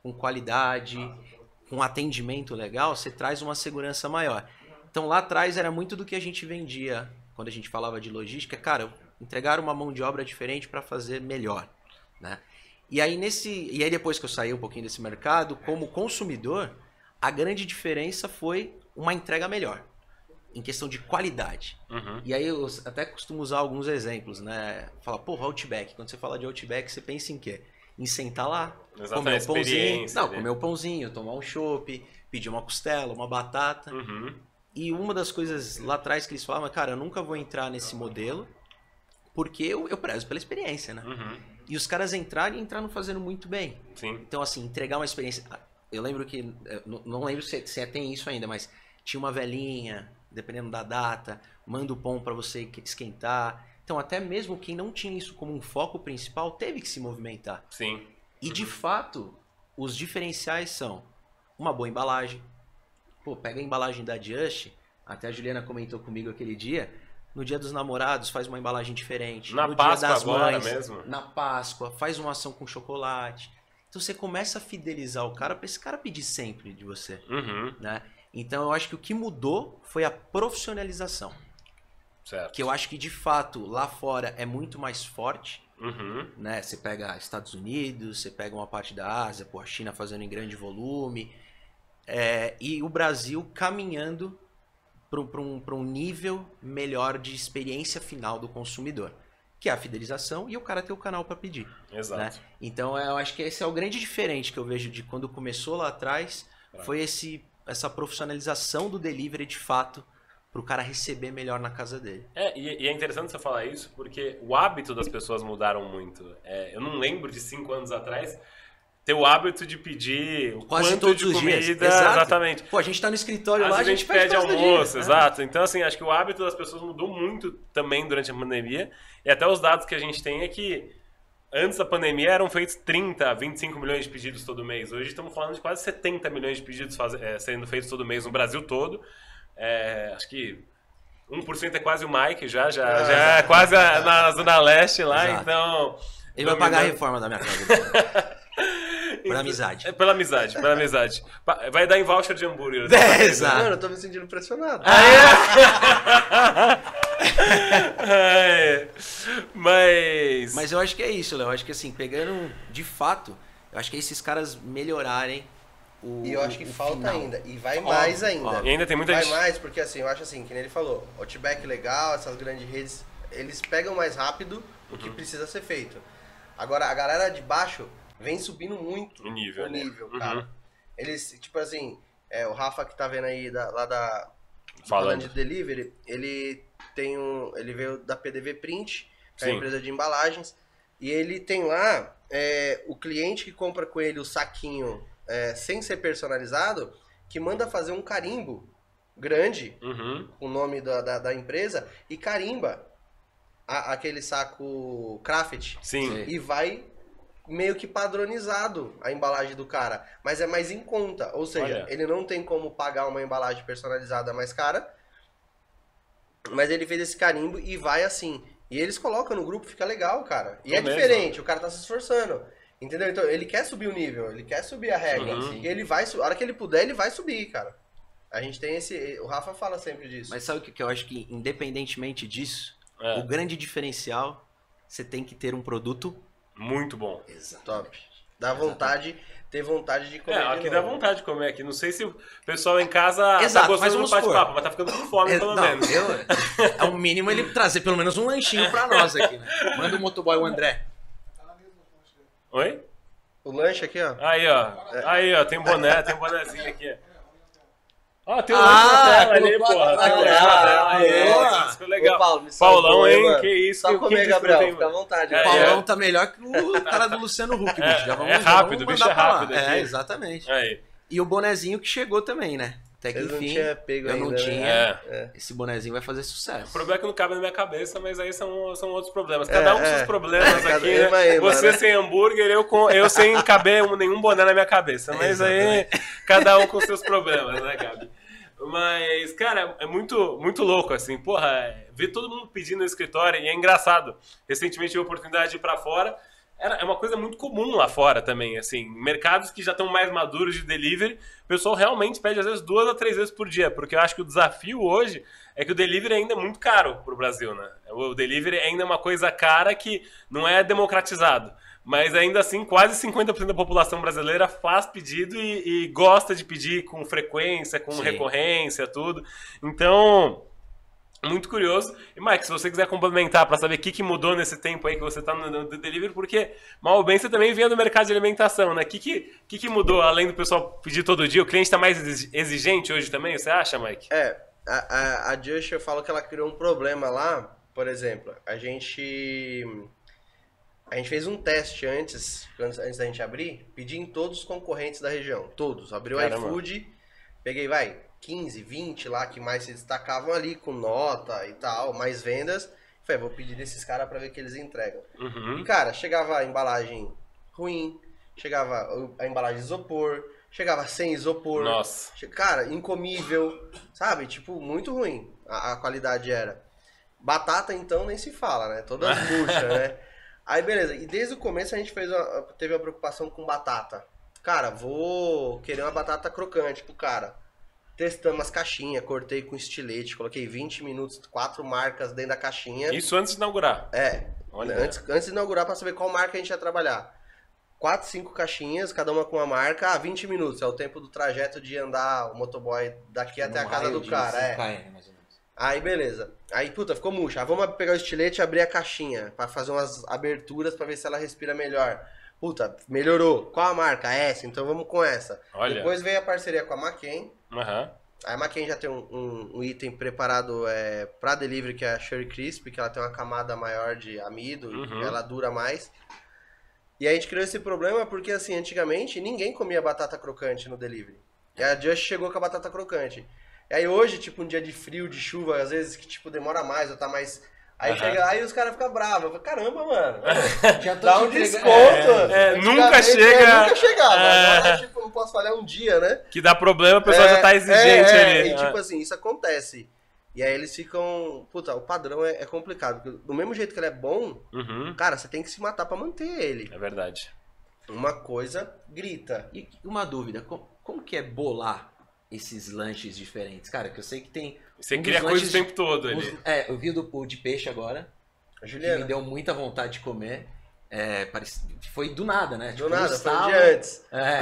com qualidade, com atendimento legal, você traz uma segurança maior. Então lá atrás era muito do que a gente vendia quando a gente falava de logística. Cara, entregar uma mão de obra diferente para fazer melhor, né? E aí depois que eu saí um pouquinho desse mercado, como consumidor, a grande diferença foi uma entrega melhor, em questão de qualidade. Uhum. E aí eu até costumo usar alguns exemplos, né? Fala, porra, Outback. Quando você fala de Outback, você pensa em quê? Em sentar lá, comer um pãozinho. Não, comer um pãozinho, tomar um chopp, pedir uma costela, uma batata. Uhum. E uma das coisas lá atrás que eles falavam, cara, eu nunca vou entrar nesse modelo, porque eu prezo pela experiência, né? Uhum. E os caras entraram fazendo muito bem. Sim. Então, assim, entregar uma experiência... Eu lembro que... Não lembro se tem isso ainda, mas tinha uma velhinha, dependendo da data, manda o pão para você esquentar. Então, até mesmo quem não tinha isso como um foco principal, teve que se movimentar. Sim. E, de fato, os diferenciais são uma boa embalagem. Pô, pega a embalagem da Just, até a Juliana comentou comigo aquele dia... No Dia dos Namorados, faz uma embalagem diferente. Na no Páscoa Dia das agora Mães, mesmo. Na Páscoa, faz uma ação com chocolate. Então você começa a fidelizar o cara para esse cara pedir sempre de você. Uhum. Né? Então eu acho que o que mudou foi a profissionalização. Certo. Que eu acho que de fato lá fora é muito mais forte. Uhum. Né? Você pega Estados Unidos, você pega uma parte da Ásia, pô, a China fazendo em grande volume. E o Brasil caminhando para um nível melhor de experiência final do consumidor, que é a fidelização e o cara ter o canal para pedir. Exato. Né? Então eu acho que esse é o grande diferente que eu vejo de quando começou lá atrás, foi essa profissionalização do delivery de fato, para o cara receber melhor na casa dele. E é interessante você falar isso, porque o hábito das pessoas mudaram muito. Eu não lembro de 5 anos atrás ter o hábito de pedir o quase quanto todos de os comida, dias. Exato. Exatamente. Pô, a gente tá no escritório Às lá, a vezes gente pede quase todo almoço, dia. exato. Então, assim, acho que o hábito das pessoas mudou muito também durante a pandemia. E até os dados que a gente tem é que antes da pandemia eram feitos 30, 25 milhões de pedidos todo mês. Hoje estamos falando de quase 70 milhões de pedidos sendo feitos todo mês no Brasil todo. Acho que 1% é quase o Mike já é quase na Zona Leste lá, Exato. Então... Ele vai pagar a reforma da minha casa. Por amizade. Pela amizade. Vai dar em voucher de hambúrguer. Exato. Mano, eu tô me sentindo pressionado. Mas eu acho que é isso, Léo. Eu acho que assim, pegando de fato, eu acho que é esses caras melhorarem E eu acho que falta final. ainda. E vai mais ainda. E ainda tem muita Vai gente... mais, porque assim, eu acho assim, que nem ele falou, Outback legal, essas grandes redes, eles pegam mais rápido o que precisa ser feito. Agora, a galera de baixo vem subindo muito O nível, cara. Eles, tipo assim, o Rafa que tá vendo aí lá da... Falando de delivery, ele veio da PDV Print, que é a Sim. empresa de embalagens, e ele tem lá o cliente que compra com ele o saquinho sem ser personalizado, que manda fazer um carimbo grande, com o nome da empresa, e carimba aquele saco Craft. Sim. E vai meio que padronizado a embalagem do cara, mas é mais em conta, ou seja, Olha. ele não tem como pagar uma embalagem personalizada mais cara, mas ele fez esse carimbo e vai assim, e eles colocam no grupo, fica legal, cara, e é mesmo. diferente, o cara tá se esforçando, entendeu? Então ele quer subir o nível, ele quer subir a regra, e ele vai, a hora que ele puder, ele vai subir, cara. A gente tem o Rafa fala sempre disso. Mas sabe o que eu acho que, independentemente disso, o grande diferencial, você tem que ter um produto Muito bom. Top. Dá vontade, ter vontade de comer. Aqui dá vontade de comer aqui. Não sei se o pessoal em casa Exato, tá mas gostando do vamos bate-papo, supor. mas tá ficando com fome, pelo Não, menos. é o mínimo ele trazer pelo menos um lanchinho pra nós aqui, né? Manda o motoboy, o André. Oi? O lanche aqui, ó. Aí, ó, tem um bonézinho aqui. Ó, tem um lanche na tela ali, colocou porra. na Tem um lanche tela. na tela aí, Boa. isso ficou legal. Ô, Paulo, me salvou, Paulão, hein? mano. Que isso. Só quem comer, disse que Gabriel. não tem- Fica à vontade. O Gabriel. Paulão tá melhor que o cara do Luciano Huck, bicho. Já vamos, é rápido, já o vamos bicho é mandar pra lá. rápido aqui. Exatamente. Aí. E o bonezinho que chegou também, né? Até que Vocês não enfim, tinham pego eu ainda, não né? tinha. Esse bonezinho vai fazer sucesso. O problema é que não cabe na minha cabeça, mas aí são outros problemas. Cada um com seus problemas Cada aqui, ema, né? ema, Você né? sem hambúrguer, eu sem caber nenhum boné na minha cabeça. Mas aí, cada um com seus problemas, né, Gabi? Mas, cara, é muito, muito louco, assim. Porra, ver todo mundo pedindo no escritório, e é engraçado. Recentemente tive a oportunidade de ir pra fora, é uma coisa muito comum lá fora também, assim, mercados que já estão mais maduros de delivery, o pessoal realmente pede às vezes 2 a 3 vezes por dia, porque eu acho que o desafio hoje é que o delivery ainda é muito caro pro Brasil, né? O delivery ainda é uma coisa cara que não é democratizado, mas ainda assim quase 50% da população brasileira faz pedido e gosta de pedir com frequência, com recorrência, tudo. Então, muito curioso. E, Mike, se você quiser complementar para saber o que mudou nesse tempo aí que você está no delivery, porque, mal ou bem, você também vinha do mercado de alimentação, né? O que mudou, além do pessoal pedir todo dia? O cliente está mais exigente hoje também, você acha, Mike? A Just, eu falo que ela criou um problema lá, por exemplo, a gente fez um teste antes da gente abrir, pedi em todos os concorrentes da região, todos. Abriu o iFood, peguei, 15, 20 lá que mais se destacavam ali, com nota e tal, mais vendas. Falei, vou pedir desses caras pra ver que eles entregam. E, cara, chegava a embalagem ruim, chegava a embalagem isopor, chegava sem isopor. Nossa. Cara, incomível, sabe? Tipo, muito ruim a qualidade era. Batata, então, nem se fala, né? Todas murchas, né? Aí, beleza. E desde o começo a gente teve uma preocupação com batata. Cara, vou querer uma batata crocante pro cara. Testamos as caixinhas, cortei com estilete, coloquei 20 minutos, 4 marcas dentro da caixinha. Isso antes de inaugurar? Olha. Antes de inaugurar, pra saber qual marca a gente ia trabalhar. 4, 5 caixinhas, cada uma com uma marca, 20 minutos. É o tempo do trajeto de andar o motoboy daqui até a casa do cara. Mais ou menos. Aí, beleza. Aí, puta, ficou murcha. Vamos pegar o estilete e abrir a caixinha pra fazer umas aberturas pra ver se ela respira melhor. Puta, melhorou. Qual a marca? Essa, então vamos com essa. Olha. Depois veio a parceria com a McCain. A McCain já tem um item preparado pra delivery, que é a Sherry Crisp, que ela tem uma camada maior de amido e ela dura mais. E a gente criou esse problema porque, assim, antigamente ninguém comia batata crocante no delivery. E a Just chegou com a batata crocante. E aí hoje, tipo, um dia de frio, de chuva, às vezes que, tipo, demora mais ou tá mais... Aí chega lá e os caras ficam bravos. Eu falo, caramba, mano, dá um desconto. Nunca chega. Nunca chegava. Agora, tipo, não posso falhar um dia, né? Que dá problema, a pessoa já tá exigente ali. E tipo assim, isso acontece. E aí eles ficam... Puta, o padrão é complicado. Porque do mesmo jeito que ele é bom, cara, você tem que se matar pra manter ele. É verdade. Uma coisa grita. E uma dúvida, como que é bolar esses lanches diferentes? Cara, que eu sei que tem... Você cria coisa o tempo todo ali. Eu vi o de peixe agora, Juliana. que me deu muita vontade de comer. Foi do nada, né? Do nada, foi um dia antes.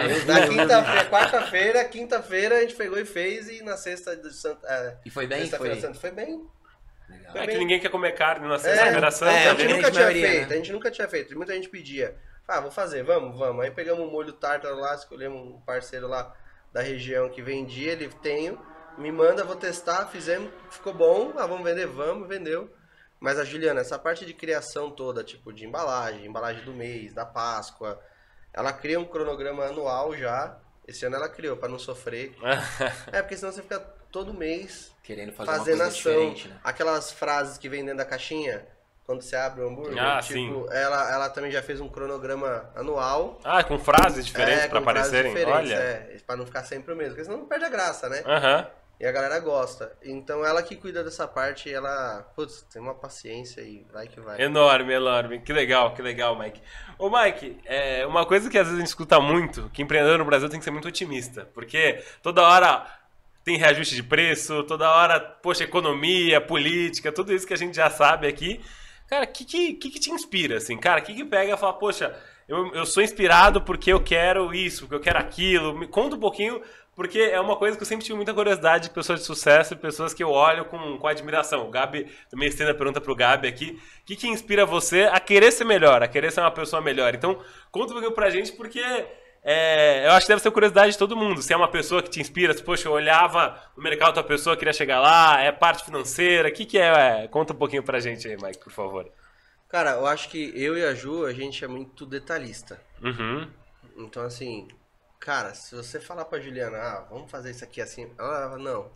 Na quinta-feira a gente pegou e fez, e na sexta de Santa... E foi bem? Foi bem. Legal. Que ninguém quer comer carne na sexta-feira santa. A gente nunca tinha feito. Muita gente pedia. Vou fazer, vamos. Aí pegamos um molho tártaro lá, escolhemos um parceiro lá da região que vendia, ele tem, me manda, vou testar, fizemos, ficou bom, vamos vender, vendeu. Mas a Juliana, essa parte de criação toda, tipo de embalagem do mês, da Páscoa, ela cria um cronograma anual já. Esse ano ela criou, pra não sofrer. Porque senão você fica todo mês querendo fazer fazendo uma coisa ação. diferente, né? Aquelas frases que vem dentro da caixinha, quando você abre o hambúrguer, sim. Ela também já fez um cronograma anual. Com frases diferentes pra aparecerem? Olha. Pra não ficar sempre o mesmo, porque senão não perde a graça, né? E a galera gosta. Então ela que cuida dessa parte, ela, tem uma paciência e vai que vai. Enorme. Que legal, Mike. Ô, Mike, uma coisa que às vezes a gente escuta muito, que empreendedor no Brasil tem que ser muito otimista, porque toda hora tem reajuste de preço, toda hora, poxa, economia, política, tudo isso que a gente já sabe aqui. Cara, o que te inspira, assim? Cara, o que pega e fala, poxa, eu sou inspirado porque eu quero isso, porque eu quero aquilo. Me conta um pouquinho, porque é uma coisa que eu sempre tive muita curiosidade de pessoas de sucesso e pessoas que eu olho com admiração. O Gabi, também estendo a pergunta pro Gabi aqui. O que inspira você a querer ser melhor, a querer ser uma pessoa melhor? Então, conta um pouquinho pra gente, porque... eu acho que deve ser curiosidade de todo mundo. Se é uma pessoa que te inspira, poxa, eu olhava no mercado da tua pessoa, queria chegar lá, é parte financeira, o que é? Conta um pouquinho pra gente aí, Mike, por favor. Cara, eu acho que eu e a Ju, a gente é muito detalhista. Então, assim, cara, se você falar pra Juliana, vamos fazer isso aqui assim, ela não.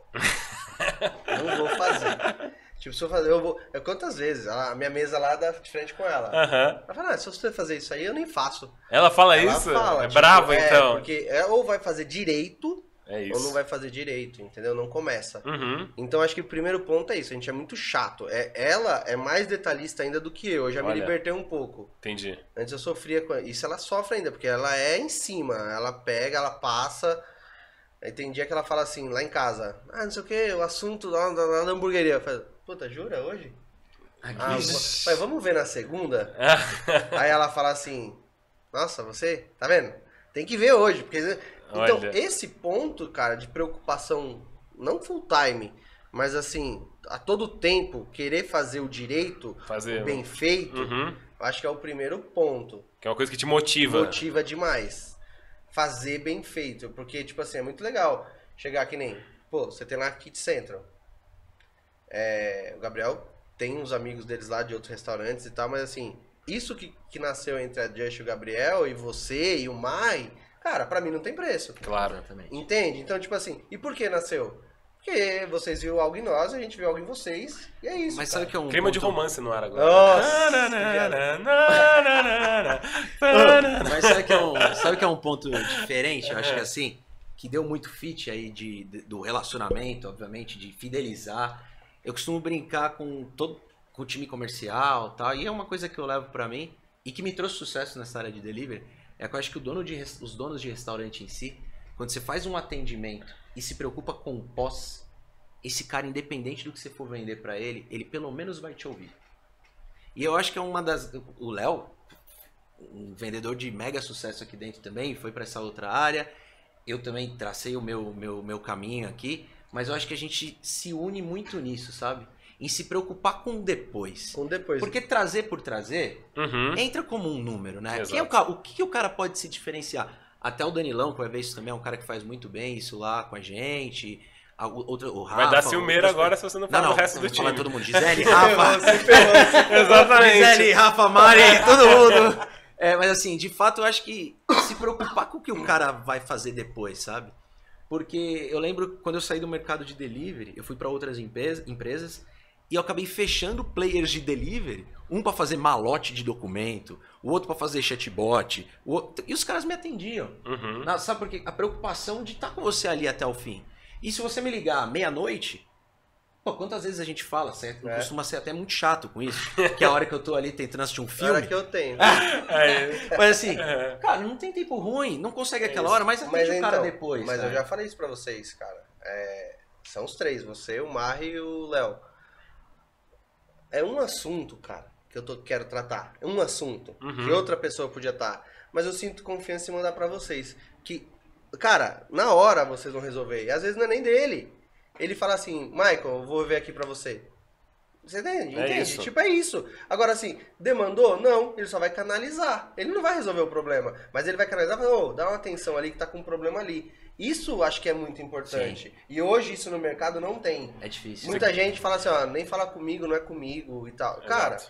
Não vou fazer. Tipo, se eu fazer, eu vou... Quantas vezes? A minha mesa lá dá de frente com ela. Ela fala, se você fazer isso aí, eu nem faço. Ela fala isso? Fala, é brava, então. Porque ou vai fazer direito, É ou não isso. vai fazer direito, entendeu? Não começa. Uhum. Então acho que o primeiro ponto é isso, a gente é muito chato. Ela é mais detalhista ainda do que eu já me Olha. libertei um pouco. Entendi. Antes eu sofria com isso, ela sofre ainda, porque ela é em cima, ela pega, ela passa. Aí tem dia que ela fala assim, lá em casa, não sei o que, o assunto lá da hamburgueria. Eu falo, puta, jura hoje? Vamos ver na segunda? Aí ela fala assim, nossa, você, tá vendo? Tem que ver hoje, porque... Então, Olha. esse ponto, cara, de preocupação, não full time, mas assim, a todo tempo, querer fazer o direito, Fazer. o bem feito, Uhum. acho que é o primeiro ponto. Que é uma coisa que te motiva. Motiva demais. Fazer bem feito. Porque, tipo assim, é muito legal chegar que nem... Pô, você tem lá Kit Central. O Gabriel tem uns amigos deles lá de outros restaurantes e tal, mas assim, isso que nasceu entre a Just e o Gabriel, e você e o Mai, cara, pra mim não tem preço. Claro. Exatamente. Entende? Então, tipo assim, e por que nasceu? Porque vocês viram algo em nós, a gente viu algo em vocês, e é isso, Mas cara. sabe que é um Clima de ponto- romance no ar agora. Nossa! Mas sabe que é um ponto diferente? Eu acho que assim, que deu muito fit aí do relacionamento, obviamente, de fidelizar. Eu costumo brincar com o time comercial, tá? E é uma coisa que eu levo pra mim e que me trouxe sucesso nessa área de delivery, é que eu acho que os donos de restaurante em si, quando você faz um atendimento e se preocupa com o pós, esse cara, independente do que você for vender pra ele, ele pelo menos vai te ouvir. E eu acho que é uma das... O Léo, um vendedor de mega sucesso aqui dentro também, foi para essa outra área. Eu também tracei o meu caminho aqui, mas eu acho que a gente se une muito nisso, sabe? Em se preocupar com o depois. Com depois. Porque trazer por trazer Uhum. entra como um número, né? Exato. Quem é o que o cara pode se diferenciar? Até o Danilão, que vai ver isso também, é um cara que faz muito bem isso lá com a gente. O Rafa, Vai dar ciumeira agora se você não falar do resto eu do vou falar time. todo mundo. Gisele, Rafa, Exatamente. Gisele, Rafa, Mari, todo mundo. Mas assim, de fato, eu acho que se preocupar com o que o cara vai fazer depois, sabe? Porque eu lembro quando eu saí do mercado de delivery, eu fui para outras empresas e eu acabei fechando players de delivery, um para fazer malote de documento, o outro para fazer chatbot, e os caras me atendiam. Uhum. Sabe por quê? A preocupação de estar com você ali até o fim. E se você me ligar meia-noite, pô, quantas vezes a gente fala, certo? Costuma ser até muito chato com isso, que é a hora que eu tô ali tentando assistir um filme. Hora que eu tenho. Mas assim, cara, não tem tempo ruim, não consegue aquela hora, mas atende o cara depois. Mas sabe? eu já falei isso pra vocês, cara. São os três, você, o Marri e o Léo. É um assunto, cara, que eu quero tratar. É um assunto que outra pessoa podia estar. Mas eu sinto confiança em mandar pra vocês. Que, cara, na hora vocês vão resolver. E às vezes não é nem dele. Ele fala assim, Michael, eu vou ver aqui pra você. Você entende? É isso. Tipo, é isso. Agora, assim, demandou? Não. Ele só vai canalizar. Ele não vai resolver o problema. Mas ele vai canalizar e falar, dá uma atenção ali que tá com um problema ali. Isso acho que é muito importante. Sim. E hoje isso no mercado não tem. É difícil. Muita gente fala assim, nem fala comigo, não é comigo e tal. Exato. Cara,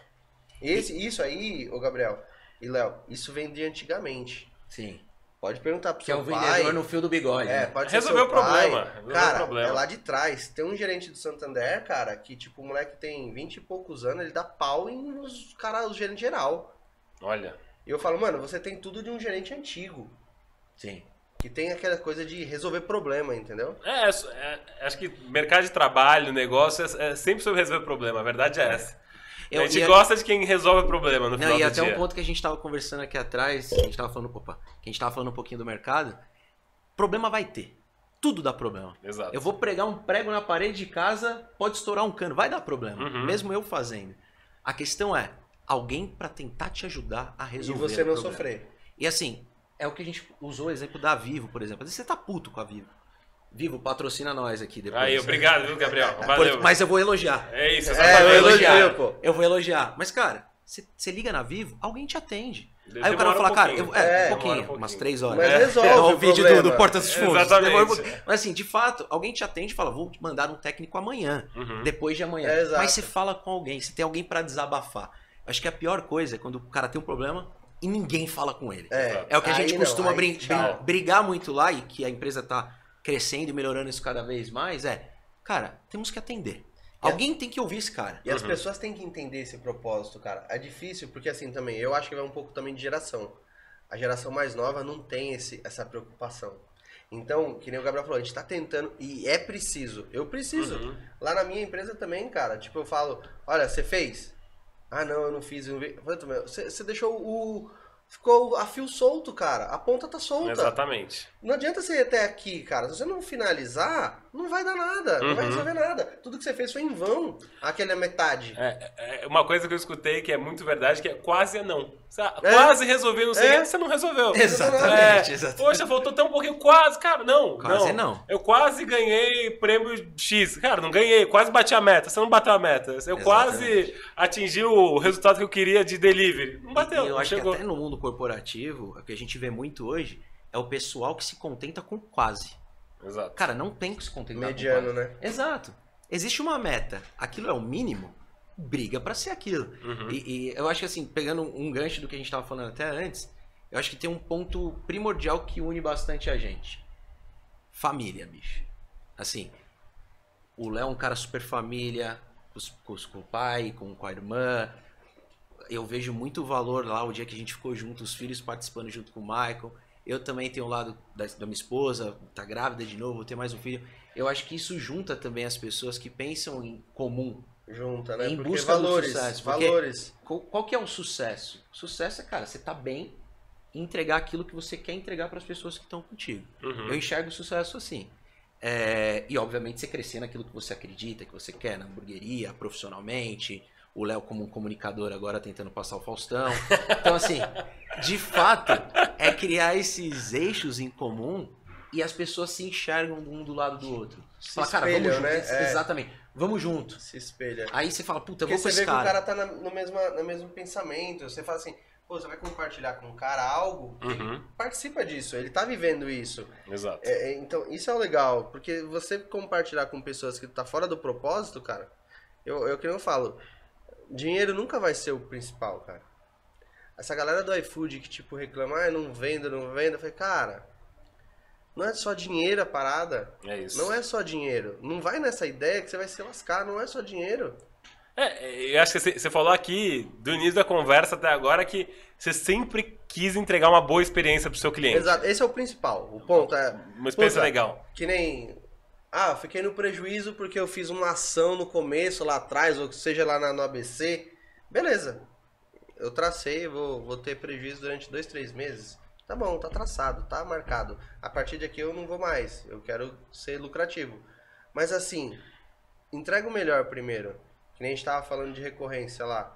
isso aí, ô Gabriel e Léo, isso vem de antigamente. Sim. Pode perguntar pro Que é seu o pai. vendedor no fio do bigode. Né? Pode ser Resolveu seu o pai. problema. Resolveu Cara, o problema. é lá de trás. Tem um gerente do Santander, cara, que tipo, o moleque tem 20 e poucos anos, ele dá pau em os gerente geral. Olha. E eu falo, mano, você tem tudo de um gerente antigo. Sim. Que tem aquela coisa de resolver problema, entendeu? Acho que mercado de trabalho, negócio, é sempre sobre resolver problema. A verdade é essa. A gente E gosta de quem resolve o problema no final e do até dia. um ponto que a gente tava conversando aqui atrás, que a gente tava falando um pouquinho do mercado. Problema vai ter. Tudo dá problema. Exato. Eu vou pregar um prego na parede de casa, pode estourar um cano, vai dar problema. Uhum. Mesmo eu fazendo. A questão é, alguém pra tentar te ajudar a resolver E você não o problema. sofrer. E assim, é o que a gente usou o exemplo da Vivo, por exemplo. Às vezes você tá puto com a Vivo. Vivo, patrocina nós aqui depois. Aí, obrigado, viu, Gabriel? Valeu. Mas eu vou elogiar. É isso, eu exatamente. elogio, pô. Eu vou elogiar. Mas, cara, você liga na Vivo, alguém te atende. Aí o Demora cara fala, cara, pouquinho. um Demora pouquinho, umas 3 horas. Mas resolve o o vídeo problema. do Porta dos Fundos. Exatamente. Demora um pouquinho. Mas assim, de fato, alguém te atende e fala, vou te mandar um técnico amanhã, Uhum. depois de amanhã. Exato. Mas você fala com alguém, você tem alguém pra desabafar. Acho que a pior coisa é quando o cara tem um problema e ninguém fala com ele. É o que a gente Aí não, costuma aí tchau. brigar muito lá e que a empresa tá crescendo e melhorando isso cada vez mais, cara, temos que atender. Alguém tem que ouvir esse cara. E as pessoas têm que entender esse propósito, cara. É difícil, porque assim também, eu acho que vai um pouco também de geração. A geração mais nova não tem essa preocupação. Então, que nem o Gabriel falou, a gente tá tentando, e é preciso, eu preciso. Lá na minha empresa também, cara, tipo, eu falo, olha, você fez? Ah, não, eu não fiz. Eu não vi. Você deixou o... Ficou a fio solto, cara. A ponta tá solta. Exatamente. Não adianta você ir até aqui, cara. Se você não finalizar, não vai dar nada. Não vai resolver nada. Tudo que você fez foi em vão. Aquela metade. Uma coisa que eu escutei que é muito verdade, que é quase não. Quase resolvi, não sei o que, você não resolveu. Exatamente. Poxa, faltou tão um pouquinho, quase. Cara, não. Quase não. Eu quase ganhei prêmio X. Cara, não ganhei. Quase bati a meta. Você não bateu a meta. Eu quase atingi o resultado que eu queria de delivery. Não bateu. Eu acho chegou. que até no mundo corporativo, o que a gente vê muito hoje é o pessoal que se contenta com quase. Exato. Cara, não tem que se contentar mediano, com quase. né? Exato. Existe uma meta. Aquilo é o mínimo. Briga pra ser aquilo. E eu acho que assim, pegando um gancho do que a gente tava falando até antes, eu acho que tem um ponto primordial que une bastante a gente. Família, bicho. Assim, o Léo é um cara super família, com o pai, com a irmã. Eu vejo muito valor lá, o dia que a gente ficou junto, os filhos participando junto com o Michael. Eu também tenho o lado da minha esposa, tá grávida de novo, vou ter mais um filho. Eu acho que isso junta também as pessoas que pensam em comum. Junta, né? Em Porque busca valores, do sucesso. valores. Qual que é o sucesso? Sucesso é, cara, você tá bem e entregar aquilo que você quer entregar para as pessoas que estão contigo. Eu enxergo o sucesso assim. E obviamente você crescer naquilo que você acredita, que você quer, na hamburgueria, profissionalmente. O Léo como um comunicador agora tentando passar o Faustão. Então assim, de fato, é criar esses eixos em comum e as pessoas se enxergam um do lado do outro. Fala, cara, vamos junto. Né? Exatamente. Vamos junto. Se espelha. Aí você fala, puta, eu Porque vou com você esse vê que o cara. cara tá no mesmo pensamento. Você fala assim, pô, você vai compartilhar com o cara algo, ele participa disso, ele tá vivendo isso. Exato. Então, isso é o legal, porque você compartilhar com pessoas que tá fora do propósito, cara, que eu falo, dinheiro nunca vai ser o principal, cara. Essa galera do iFood que, tipo, reclama, não vendo, eu falei, cara, não é só dinheiro a parada. É isso. Não é só dinheiro. Não vai nessa ideia que você vai se lascar, não é só dinheiro. Eu acho que você falou aqui, do início da conversa até agora, que você sempre quis entregar uma boa experiência pro seu cliente. Exato, esse é o principal. O ponto é... Uma experiência legal. Que nem... eu fiquei no prejuízo porque eu fiz uma ação no começo, lá atrás, ou seja, lá no ABC. Beleza. Eu tracei, vou ter prejuízo durante 2, 3 meses. Tá bom, tá traçado, tá marcado. A partir de aqui eu não vou mais. Eu quero ser lucrativo. Mas assim, entrega o melhor primeiro. Que nem a gente tava falando de recorrência lá.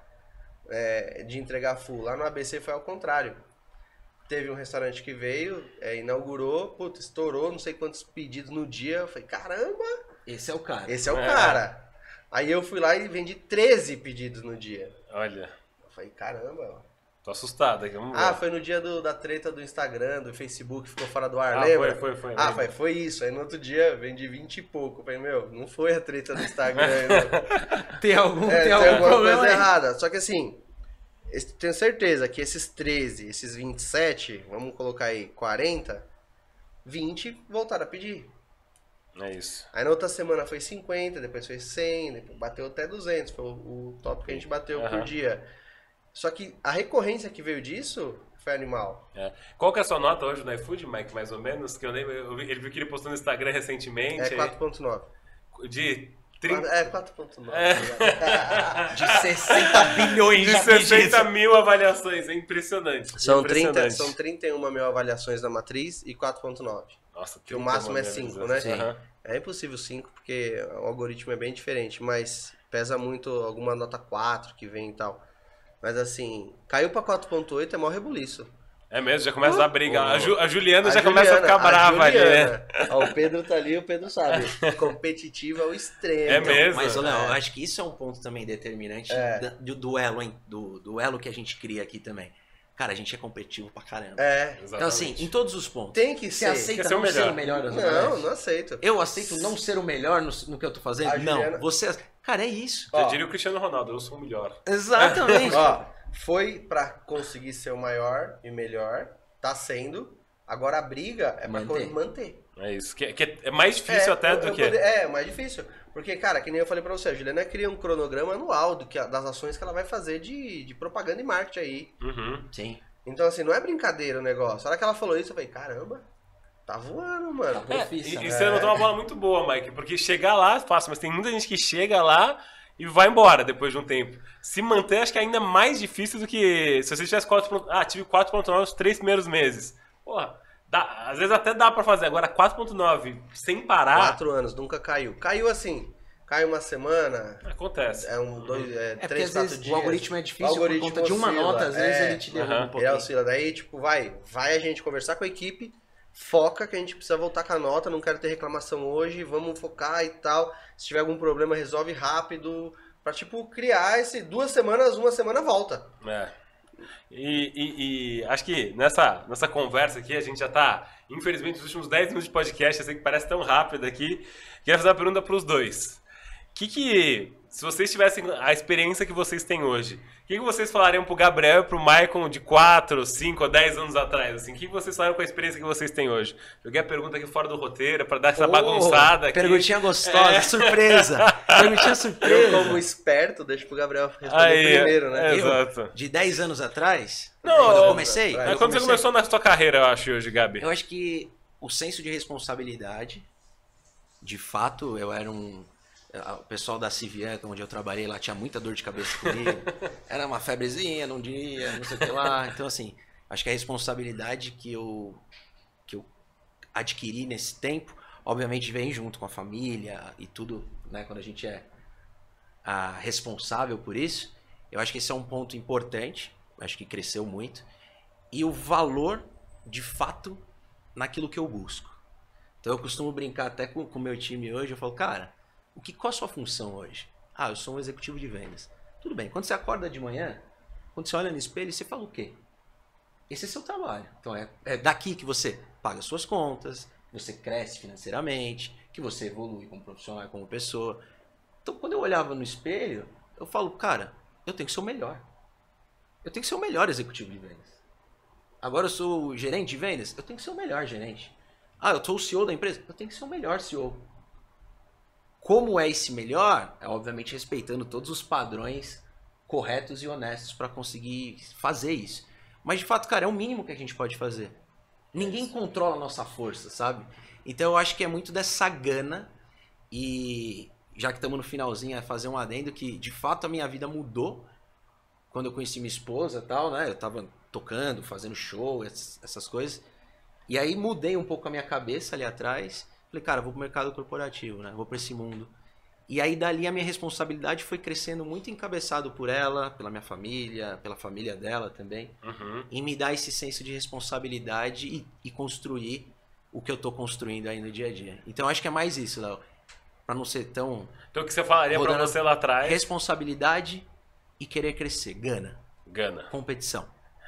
De entregar full. Lá no ABC foi ao contrário. Teve um restaurante que veio, inaugurou, puta, estourou, não sei quantos pedidos no dia. Eu falei, caramba! Esse é o cara. Esse é o cara. Aí eu fui lá e vendi 13 pedidos no dia. Olha. Eu falei, caramba. Tô assustado aqui, vamos ver. Foi no dia da treta do Instagram, do Facebook, ficou fora do ar, lembra? Foi. Foi isso. Aí no outro dia vendi 20 e pouco. Eu falei, não foi a treta do Instagram. Tem alguma coisa errada. Só que assim, tenho certeza que esses 13, esses 27, vamos colocar aí 40, 20 voltaram a pedir. É isso. Aí na outra semana foi 50, depois foi 100, depois bateu até 200. Foi o top que a gente bateu por dia. Só que a recorrência que veio disso foi animal. Qual que é a sua nota hoje no iFood, Mike, mais ou menos? Que eu lembro, ele viu que ele postou no Instagram recentemente. 4.9. De 30... 4.9. De 60 bilhões de 60 mil avaliações. É impressionante. São 31 mil avaliações na matriz e 4.9. Nossa, que o máximo é 5, né? Sim. É impossível 5, porque o algoritmo é bem diferente, mas pesa muito alguma nota 4 que vem e tal. Mas assim, caiu pra 4.8 é maior rebuliço. É mesmo, já começa a brigar. A Juliana já começa a ficar brava ali, né? O Pedro tá ali, o Pedro sabe. Competitivo ao extremo. É mesmo. Mas, Léo, eu acho que isso é um ponto também determinante do duelo, hein? Do duelo que a gente cria aqui também. Cara, a gente é competitivo pra caramba. Então, assim, em todos os pontos. Tem que ser. Você aceita não ser o melhor? Não aceito. Eu aceito não ser o melhor no que eu tô fazendo? Não. Você... Cara, é isso. Já diria o Cristiano Ronaldo, eu sou o melhor. Exatamente. Foi pra conseguir ser o maior e melhor, tá sendo. Agora a briga é pra manter. É isso, que é mais difícil até do que... É mais difícil. Porque, cara, que nem eu falei pra você, a Juliana cria um cronograma anual das ações que ela vai fazer de propaganda e marketing aí. Sim. Então, assim, não é brincadeira o negócio. A hora que ela falou isso, eu falei, caramba, tá voando, mano. Tá profissa. E você levantou uma bola muito boa, Mike, porque chegar lá é fácil, mas tem muita gente que chega lá e vai embora depois de um tempo. Se manter, acho que é ainda mais difícil do que se você tivesse 4.9. Ah, tive 4.9 nos 3 primeiros meses. Porra, às vezes até dá pra fazer. Agora 4.9 sem parar. 4 anos, nunca caiu. Caiu assim, cai uma semana. Acontece. Porque 3, às 4 vezes dias. o algoritmo é difícil O algoritmo por conta de uma oscila, nota, às vezes é. ele te derruba um Ele pouquinho. oscila. Daí, tipo, vai a gente conversar com a equipe, foca que a gente precisa voltar com a nota, não quero ter reclamação hoje, vamos focar e tal. Se tiver algum problema, resolve rápido. Pra, tipo, criar esse 2 semanas, uma semana volta. É. E acho que nessa conversa aqui, a gente já tá, infelizmente, nos últimos 10 minutos de podcast, eu sei que parece tão rápido aqui. Queria fazer uma pergunta pros dois. Se vocês tivessem a experiência que vocês têm hoje, o que vocês falariam pro Gabriel e pro Maicon de 4, 5 ou 10 anos atrás? Assim, o que vocês falariam com a experiência que vocês têm hoje? Joguei a pergunta aqui fora do roteiro pra dar essa bagunçada aqui. Perguntinha gostosa, surpresa. Perguntinha surpresa. Eu, como esperto, deixo pro Gabriel responder primeiro, né? Exato. De 10 anos atrás, Não, quando eu comecei... É quando você começou na sua carreira, eu acho, hoje, Gabi. Eu acho que o senso de responsabilidade, de fato, eu era o pessoal da Civian, onde eu trabalhei lá, tinha muita dor de cabeça comigo. Era uma febrezinha num dia, não sei o que lá. Então, assim, acho que a responsabilidade que eu adquiri nesse tempo, obviamente vem junto com a família e tudo, né? Quando a gente é responsável por isso. Eu acho que esse é um ponto importante. Acho que cresceu muito. E o valor, de fato, naquilo que eu busco. Então, eu costumo brincar até com o meu time hoje. Eu falo, cara... Qual a sua função hoje? Eu sou um executivo de vendas. Tudo bem, quando você acorda de manhã, quando você olha no espelho, você fala o quê? Esse é seu trabalho. Então é daqui que você paga suas contas, você cresce financeiramente, que você evolui como profissional, como pessoa. Então quando eu olhava no espelho, eu falo, cara, eu tenho que ser o melhor. Eu tenho que ser o melhor executivo de vendas. Agora eu sou o gerente de vendas, eu tenho que ser o melhor gerente. Eu sou o CEO da empresa, eu tenho que ser o melhor CEO. Como é esse melhor? É obviamente respeitando todos os padrões corretos e honestos para conseguir fazer isso. Mas de fato, cara, é o mínimo que a gente pode fazer. Ninguém controla a nossa força, sabe? Então eu acho que é muito dessa gana e já que estamos no finalzinho, é fazer um adendo que de fato a minha vida mudou quando eu conheci minha esposa e tal, né? Eu tava tocando, fazendo show, essas coisas. E aí mudei um pouco a minha cabeça ali atrás. Falei, cara, vou pro mercado corporativo, né? Vou para esse mundo. E aí dali a minha responsabilidade foi crescendo muito encabeçado por ela, pela minha família, pela família dela também. Uhum. E me dar esse senso de responsabilidade e construir o que eu tô construindo aí no dia a dia. Então acho que é mais isso, Léo. Pra não ser tão... Então o que você falaria pra você lá atrás? Responsabilidade e querer crescer. Gana. Competição.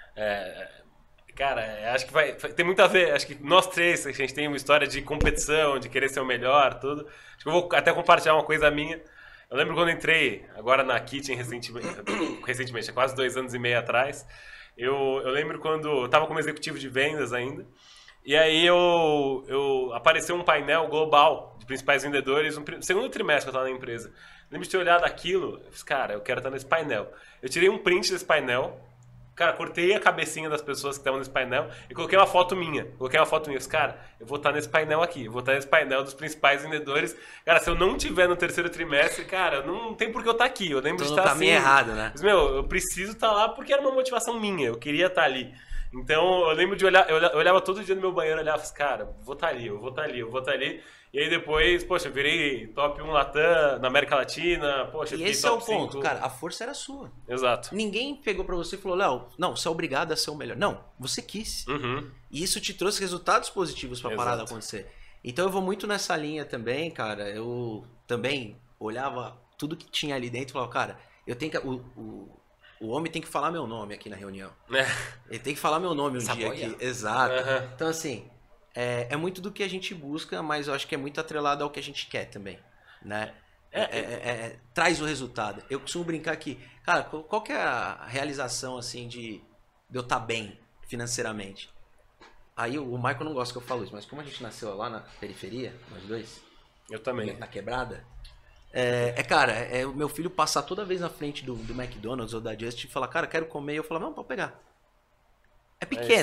Cara, acho que vai tem muito a ver. Acho que nós três, a gente tem uma história de competição, de querer ser o melhor, tudo. Acho que eu vou até compartilhar uma coisa minha. Eu lembro quando entrei, agora na Kitchen, recentemente, há quase 2 anos e meio atrás. Eu lembro quando eu estava como executivo de vendas ainda. E aí apareceu um painel global de principais vendedores no segundo trimestre que eu estava na empresa. Eu lembro de ter olhado aquilo, eu disse, cara, eu quero estar nesse painel. Eu tirei um print desse painel. Cara, cortei a cabecinha das pessoas que estavam nesse painel e coloquei uma foto minha. Disse, cara, eu vou estar nesse painel aqui. Eu vou estar nesse painel dos principais vendedores. Cara, se eu não tiver no terceiro trimestre, cara, não tem por que eu estar aqui. Eu lembro de estar assim. Errado, né? Mas, eu preciso estar lá porque era uma motivação minha. Eu queria estar ali. Então, eu lembro de olhar... Eu olhava todo dia no meu banheiro e olhava, cara, vou estar ali, eu vou estar ali, eu vou estar ali. E aí depois, poxa, eu virei top 1 Latam na América Latina, poxa, e fiquei esse top é o ponto, 5. cara, a força era sua. Exato. Ninguém pegou pra você e falou, Léo, não, você é obrigado a ser o melhor. Não, você quis. Uhum. E isso te trouxe resultados positivos pra parada acontecer. Então eu vou muito nessa linha também, cara. Eu também olhava tudo que tinha ali dentro e falava, cara, eu tenho que... O homem tem que falar meu nome aqui na reunião. Ele tem que falar meu nome um dia aqui. Exato. Uhum. Então, assim, é muito do que a gente busca, mas eu acho que é muito atrelado ao que a gente quer também, né? Traz o resultado. Eu costumo brincar que, cara, qual que é a realização, assim, de eu estar bem financeiramente? Aí o Michael não gosta que eu falo isso, mas como a gente nasceu lá na periferia, nós dois... Eu também. Na quebrada... o meu filho passar toda vez na frente do McDonald's ou da Just e falar, cara, quero comer. E eu falar, não, pode pegar. É pequeno.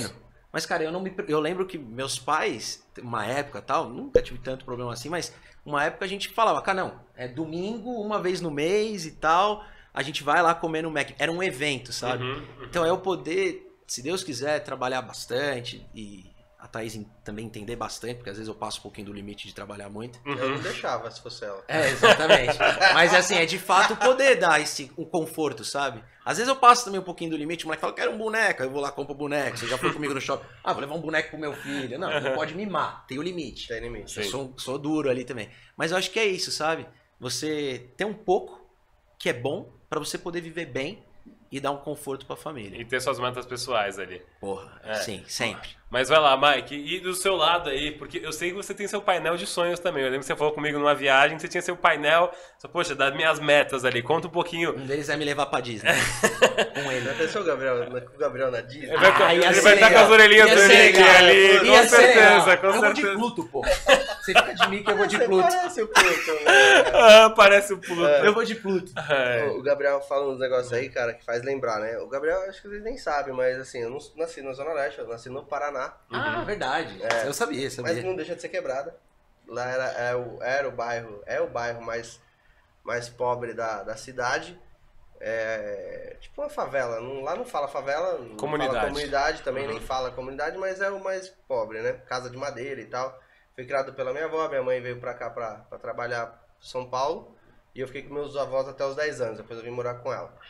Mas, cara, eu lembro que meus pais, uma época tal, nunca tive tanto problema assim, mas uma época a gente falava, cara, não, é domingo, uma vez no mês e tal, a gente vai lá comer no Mac. Era um evento, sabe? Então é eu poder, se Deus quiser, trabalhar bastante e a Thaís também entender bastante, porque às vezes eu passo um pouquinho do limite de trabalhar muito. Eu não deixava, se fosse ela. Exatamente. Mas assim, é de fato poder dar um conforto, sabe? Às vezes eu passo também um pouquinho do limite, o moleque fala, quero um boneco, aí eu vou lá, compro um boneco. Você já foi comigo no shopping? Ah, vou levar um boneco pro meu filho. Não pode mimar, tem o limite. Tem limite. Eu sou duro ali também. Mas eu acho que é isso, sabe? Você ter um pouco que é bom pra você poder viver bem e dar um conforto pra família. E ter suas metas pessoais ali. Porra, sim, sempre. Mas vai lá, Mike, e do seu lado aí, porque eu sei que você tem seu painel de sonhos também. Eu lembro que você falou comigo numa viagem, que você tinha seu painel, poxa, das minhas metas ali, conta um pouquinho. Um deles é me levar pra Disney. Com ele. Já pensou o Gabriel na Disney? Ele vai estar com as orelhinhas do Mickey ali, com certeza, com certeza. Eu vou de Pluto, pô. Você fica de Mickey, eu vou de Pluto. Parece o Pluto, né? Parece o Pluto. Eu vou de Pluto. O Gabriel fala uns negócios aí, cara, que faz lembrar, né? O Gabriel, acho que vocês nem sabem, mas assim, eu não nasci na Zona Leste, eu nasci no Paraná. Ah, verdade. Eu sabia. Mas não deixa de ser quebrada. Lá era o bairro, é o bairro mais pobre da cidade. É tipo uma favela. Lá não fala favela, não comunidade. Fala comunidade, também nem fala comunidade, mas é o mais pobre, né? Casa de madeira e tal. Fui criado pela minha avó, minha mãe veio pra cá pra trabalhar em São Paulo. E eu fiquei com meus avós até os 10 anos, depois eu vim morar com ela.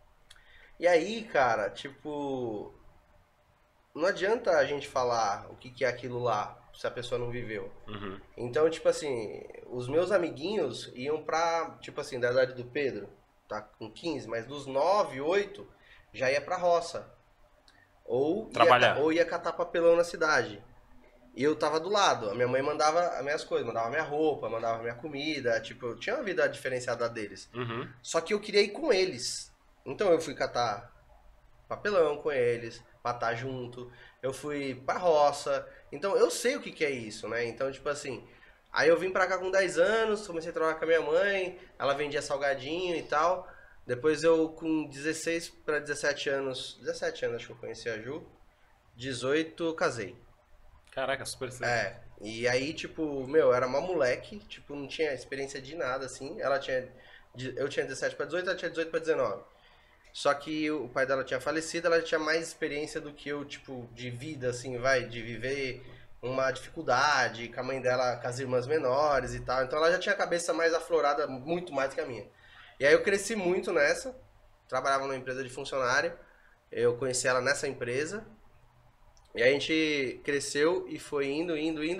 E aí, cara, tipo... Não adianta a gente falar o que é aquilo lá, se a pessoa não viveu. Então, tipo assim, os meus amiguinhos iam pra, tipo assim, da idade do Pedro, tá com 15, mas dos 9, 8, já ia pra roça. Ou ia catar papelão na cidade. E eu tava do lado, a minha mãe mandava as minhas coisas, mandava minha roupa, mandava minha comida, tipo, eu tinha uma vida diferenciada deles. Só que eu queria ir com eles. Então eu fui catar papelão com eles, pra estar junto, eu fui pra roça, então eu sei o que é isso, né? Então, tipo assim, aí eu vim pra cá com 10 anos, comecei a trabalhar com a minha mãe, ela vendia salgadinho e tal, depois eu com 16 pra 17 anos acho que eu conheci a Ju, 18 eu casei. Caraca, super cedo. E aí, tipo, meu, era uma moleque, tipo, não tinha experiência de nada, assim, eu tinha 17 pra 18, ela tinha 18 pra 19. Só que o pai dela tinha falecido, ela tinha mais experiência do que eu, tipo, de vida, assim, de viver uma dificuldade, com a mãe dela, com as irmãs menores e tal. Então ela já tinha a cabeça mais aflorada, muito mais que a minha. E aí eu cresci muito nessa, trabalhava numa empresa de funcionário, eu conheci ela nessa empresa, e aí a gente cresceu e foi indo.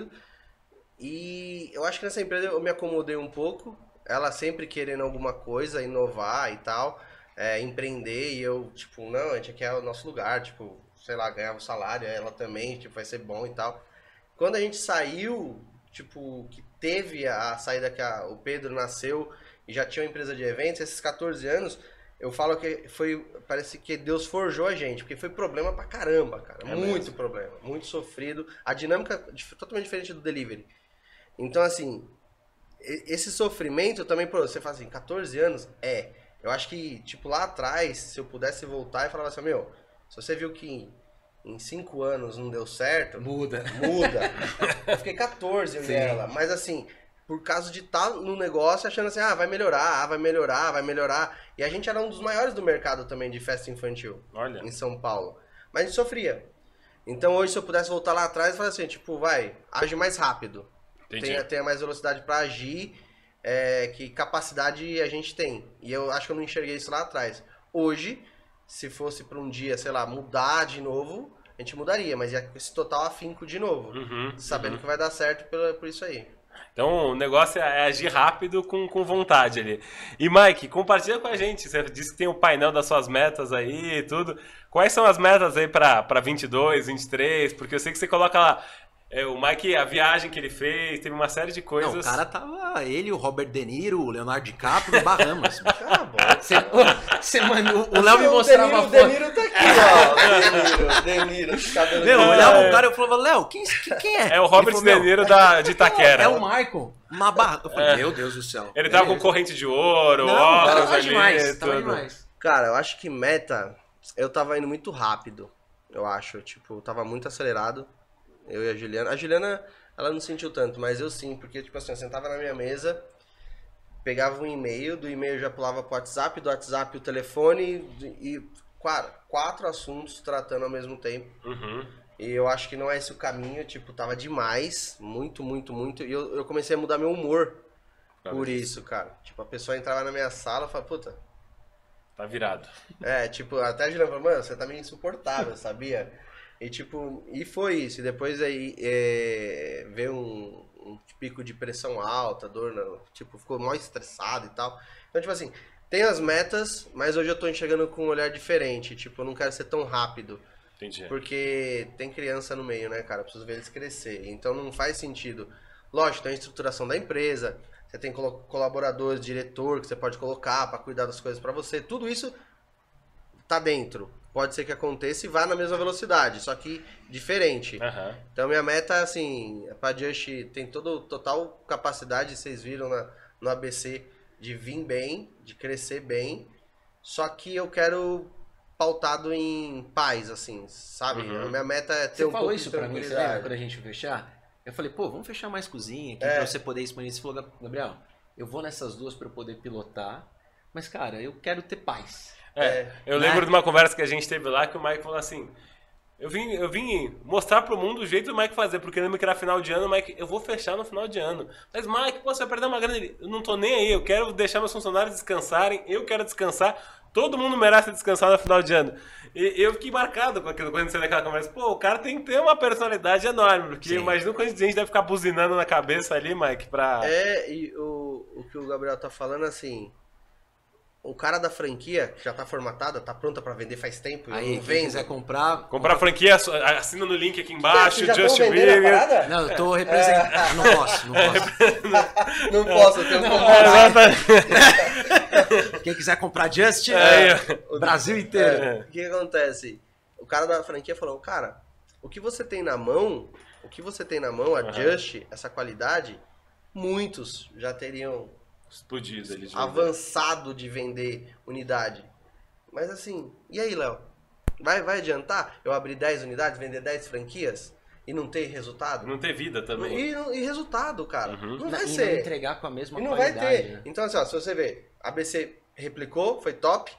E eu acho que nessa empresa eu me acomodei um pouco, ela sempre querendo alguma coisa, inovar e tal. Empreender, e eu, tipo, não, a gente aqui é o nosso lugar, tipo, sei lá, ganhava o salário, ela também, tipo, vai ser bom e tal. Quando a gente saiu, tipo, que teve a saída que o Pedro nasceu e já tinha uma empresa de eventos, esses 14 anos, eu falo que parece que Deus forjou a gente, porque foi problema pra caramba, cara, muito problema, muito sofrido, a dinâmica totalmente diferente do delivery. Então, assim, esse sofrimento também, você fala assim, 14 anos, eu acho que, tipo, lá atrás, se eu pudesse voltar e falar assim, meu, se você viu que em 5 anos não deu certo... Muda. Eu fiquei 14 nela, mas assim, por causa de estar no negócio achando assim, vai melhorar. E a gente era um dos maiores do mercado também de festa infantil. Olha. Em São Paulo. Mas a gente sofria. Então hoje, se eu pudesse voltar lá atrás, eu falar assim, tipo, age mais rápido. Tenha mais velocidade pra agir... que capacidade a gente tem. E eu acho que eu não enxerguei isso lá atrás. Hoje, se fosse para um dia, sei lá, mudar de novo, a gente mudaria, mas ia com esse total afinco de novo. Sabendo que vai dar certo por isso aí. Então o negócio é agir rápido com vontade ali. E Mike, compartilha com a gente. Você disse que tem o painel das suas metas aí e tudo. Quais são as metas aí para 22, 23? Porque eu sei que você coloca lá... o Mike, a viagem que ele fez, teve uma série de coisas. Não, o cara tava, ele, o Robert De Niro, o Leonardo DiCaprio, no Bahamas. O Léo me mostrava a foto. O De Niro tá aqui, ó. De Niro, cabelo eu olhava o cara e eu falava, Léo, quem é? É o Robert De Niro de Itaquera. É o Michael, uma barra. Eu falei, meu Deus do céu. Ele tava com corrente de ouro, óculos ali, demais, tava demais. Cara, eu acho que meta, eu tava indo muito rápido. eu acho. Tipo, tava muito acelerado. Eu e a Juliana. A Juliana, ela não sentiu tanto, mas eu sim. Porque, tipo assim, eu sentava na minha mesa, pegava um e-mail, do e-mail eu já pulava pro WhatsApp, do WhatsApp o telefone e, cara, 4 assuntos tratando ao mesmo tempo. Uhum. E eu acho que não é esse o caminho, tipo, tava demais, muito, muito, muito. E eu comecei a mudar meu humor por isso, cara. Tipo, a pessoa entrava na minha sala e falava, puta... Tá virado. Tipo, até a Juliana falou, mano, você tá meio insuportável, sabia? E tipo, e foi isso. E depois aí veio um pico de pressão alta, dor, tipo, ficou mó estressado e tal. Então, tipo assim, tem as metas, mas hoje eu tô enxergando com um olhar diferente. Tipo, eu não quero ser tão rápido. Entendi. Porque tem criança no meio, né, cara? Eu preciso ver eles crescer. Então não faz sentido. Lógico, tem a estruturação da empresa, você tem colaboradores, diretor que você pode colocar para cuidar das coisas para você. Tudo isso tá dentro. Pode ser que aconteça e vá na mesma velocidade, só que diferente. Uhum. Então minha meta, assim, pra Just tem total capacidade, vocês viram no ABC, de vir bem, de crescer bem. Só que eu quero pautado em paz, assim, sabe? Uhum. A minha meta é ter Você um falou pouco isso de pra mim, você lembra tranquilidade. quando a gente fechar? Eu falei, pô, vamos fechar mais cozinha aqui pra você poder expandir. Você falou, Gabriel, eu vou nessas duas pra eu poder pilotar, mas, cara, eu quero ter paz. Eu lembro de uma conversa que a gente teve lá que o Mike falou assim, eu vim mostrar pro mundo o jeito do Mike fazer, porque eu lembro que era final de ano, Mike, eu vou fechar no final de ano. Mas, Mike, pô, você vai perder uma grana. Eu não tô nem aí, eu quero deixar meus funcionários descansarem, eu quero descansar, todo mundo merece descansar no final de ano. E eu fiquei marcado com aquilo, quando você naquela conversa, pô, o cara tem que ter uma personalidade enorme, porque imagina quando a gente deve ficar buzinando na cabeça ali, Mike, pra... E o que o Gabriel tá falando, assim, o cara da franquia, que já tá formatada, tá pronta pra vender faz tempo, Aí, não quem vende. quiser comprar... Comprar a franquia, assina no link aqui embaixo, Vocês já Just tão vendendo a Burger. parada? Não, eu tô representando. Não posso. Não posso, eu tenho que Quem quiser comprar Just, o Brasil inteiro. O que acontece? O cara da franquia falou, cara, o que você tem na mão, a Just, essa qualidade, muitos já teriam Explodido eles. avançado de vender unidade. Mas assim, e aí, Léo? Vai adiantar eu abrir 10 unidades, vender 10 franquias e não ter resultado? Não ter vida também. E resultado, cara. Não vai E ser. não entregar com a mesma E não vai qualidade. ter. Né? Então, assim, ó, se você ver, a ABC replicou, foi top.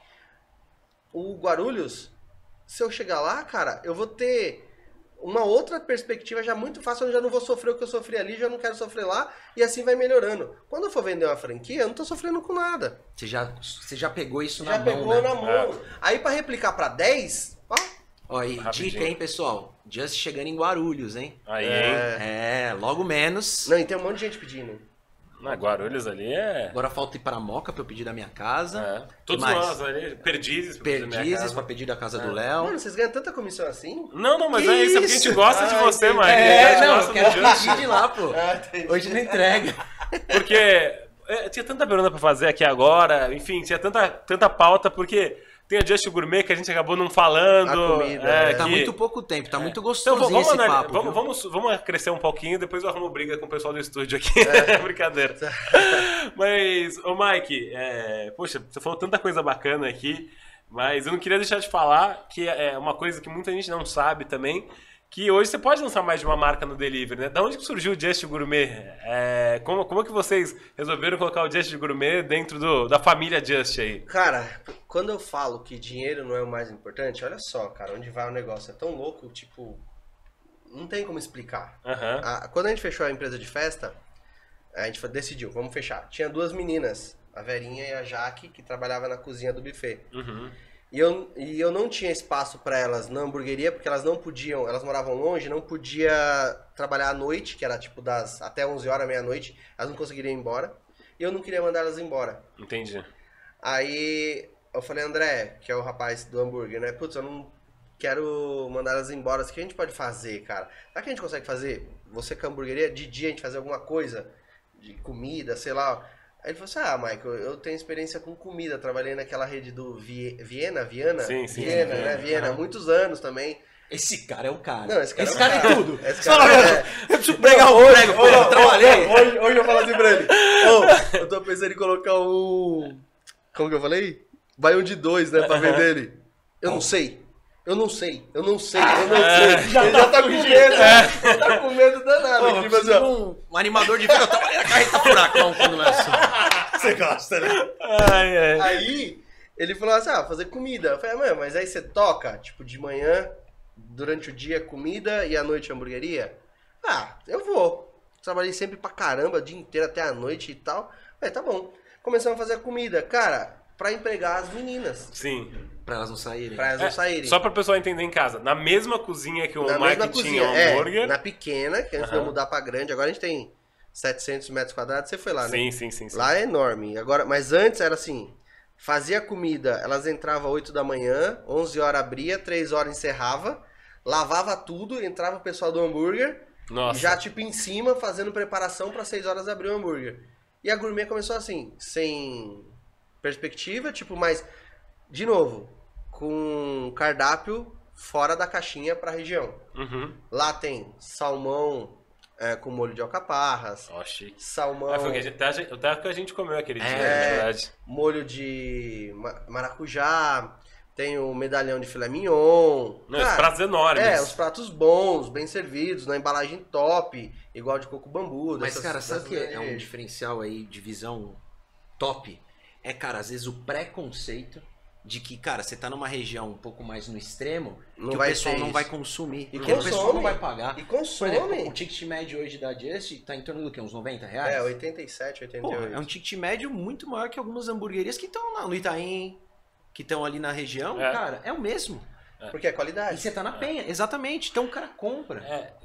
O Guarulhos, se eu chegar lá, cara, eu vou ter uma outra perspectiva já muito fácil, eu já não vou sofrer o que eu sofri ali, já não quero sofrer lá, e assim vai melhorando. Quando eu for vender uma franquia, eu não tô sofrendo com nada. Você já pegou isso Já na mão, pegou né? na mão. Aí pra replicar pra 10, ó, Ó, e Rapidinho. dica, hein, pessoal? Just chegando em Guarulhos, hein? Aí, hein? Logo menos. não, e tem um monte de gente pedindo. Na Guarulhos ali é... Agora falta ir para Moca pra eu pedir da minha casa. Todos mais? nós ali, perdizes. pra fazer minha Perdizes casa. pra pedir da casa do Léo. Mano, vocês ganham tanta comissão assim? Não, mas Que é isso, é porque a gente isso? gosta de você, entendi. Mike. A gente Não, gosta eu quero do Just. pedir de lá, pô. Entendi. Hoje não entrega. Porque tinha tanta pergunta pra fazer aqui agora, enfim, tinha tanta pauta, porque tem a Just Gourmet que a gente acabou não falando. A comida, Tá que- muito pouco tempo, tá muito Então gostosinho esse papo. viu? vamos crescer um pouquinho, depois eu arrumo briga com o pessoal do estúdio aqui. Brincadeira. Mas, ô Mike, poxa, você falou tanta coisa bacana aqui, mas eu não queria deixar de falar que é uma coisa que muita gente não sabe também, que hoje você pode lançar mais de uma marca no delivery, né? Da onde que surgiu o Just Gourmet? Como é que vocês resolveram colocar o Just Gourmet dentro da família Just aí? Cara, quando eu falo que dinheiro não é o mais importante, olha só, cara, onde vai o negócio é tão louco, tipo, não tem como explicar. Aham. Quando a gente fechou a empresa de festa, a gente decidiu, vamos fechar. Tinha 2 meninas, a Verinha e a Jaque, que trabalhavam na cozinha do buffet. Uhum. E eu não tinha espaço para elas na hamburgueria, porque elas não podiam, elas moravam longe, não podia trabalhar à noite, que era tipo até 11 horas, meia-noite, elas não conseguiriam ir embora. E eu não queria mandar elas embora. Entendi. Aí eu falei, André, que é o rapaz do hambúrguer, né? Putz, eu não quero mandar elas embora. O que a gente pode fazer, cara? Será que a gente consegue fazer, você com a hamburgueria, de dia a gente fazer alguma coisa? De comida, sei lá. Aí ele falou assim, Michael, eu tenho experiência com comida. Trabalhei naquela rede do Viena? Sim, Viena, né? Viena, há muitos anos também. Esse cara é o cara. Não, esse é cara é tudo. Esse Fala, cara meu, eu preciso pregar um prego, pô, eu trabalhei. Hoje eu falo assim pra ele. Eu tô pensando em colocar um... Como que eu falei? Baião de 2, né? Pra vender ele. Eu não sei. Eu não sei. Já tá com medo. Tá com medo danado. Tipo assim, ó. Um animador de vídeo, eu tava ali na carreta furacão quando lançou. Você gosta, né? Ai. Aí, ele falou assim, fazer comida. Eu falei, mãe, mas aí você toca, tipo, de manhã, durante o dia, comida e à noite hamburgueria? Eu vou. Trabalhei sempre pra caramba, o dia inteiro até a noite e tal. Falei, tá bom. Começamos a fazer a comida. Cara, pra empregar as meninas. Sim. Pra elas não saírem. Pra elas não saírem. Só pra pessoa entender em casa. Na mesma cozinha que o Na mesma Mike cozinha, tinha o hambúrguer. na pequena, que antes de eu mudar pra grande. Agora a gente tem 700 metros quadrados, você foi lá, né? Sim. Lá é enorme. Agora, mas antes era assim, fazia comida, elas entravam 8 da manhã, 11 horas abria, 3 horas encerrava, lavava tudo, entrava o pessoal do hambúrguer, Nossa. já tipo em cima, fazendo preparação pra 6 horas abrir o hambúrguer. E a gourmet começou assim, sem perspectiva, tipo, mas, de novo, com cardápio fora da caixinha pra região. Uhum. Lá tem salmão com molho de alcaparras, Oxi. salmão, Foi até que a gente comeu aquele dia, na É. verdade. molho de maracujá, tem o medalhão de filé mignon. Não, os Cara, pratos enormes. os pratos bons, bem servidos, na embalagem top, igual de coco bambu. Mas, dessas- cara, sabe o que dessas é um aí. diferencial aí de visão top? É, cara, às vezes o preconceito de que, cara, você tá numa região um pouco mais no extremo, Não que o vai pessoal ter não isso. vai consumir. E Porque o pessoal não consome. vai pagar. E Por consome. exemplo, o ticket médio hoje da Just tá em torno do quê? Uns 90 reais? 87, Pô, 88. é um ticket médio muito maior que algumas hamburguerias que estão lá no Itaim, que estão ali na região. É. Cara, é o mesmo. Porque é E qualidade. você tá na penha, exatamente. Então o cara compra.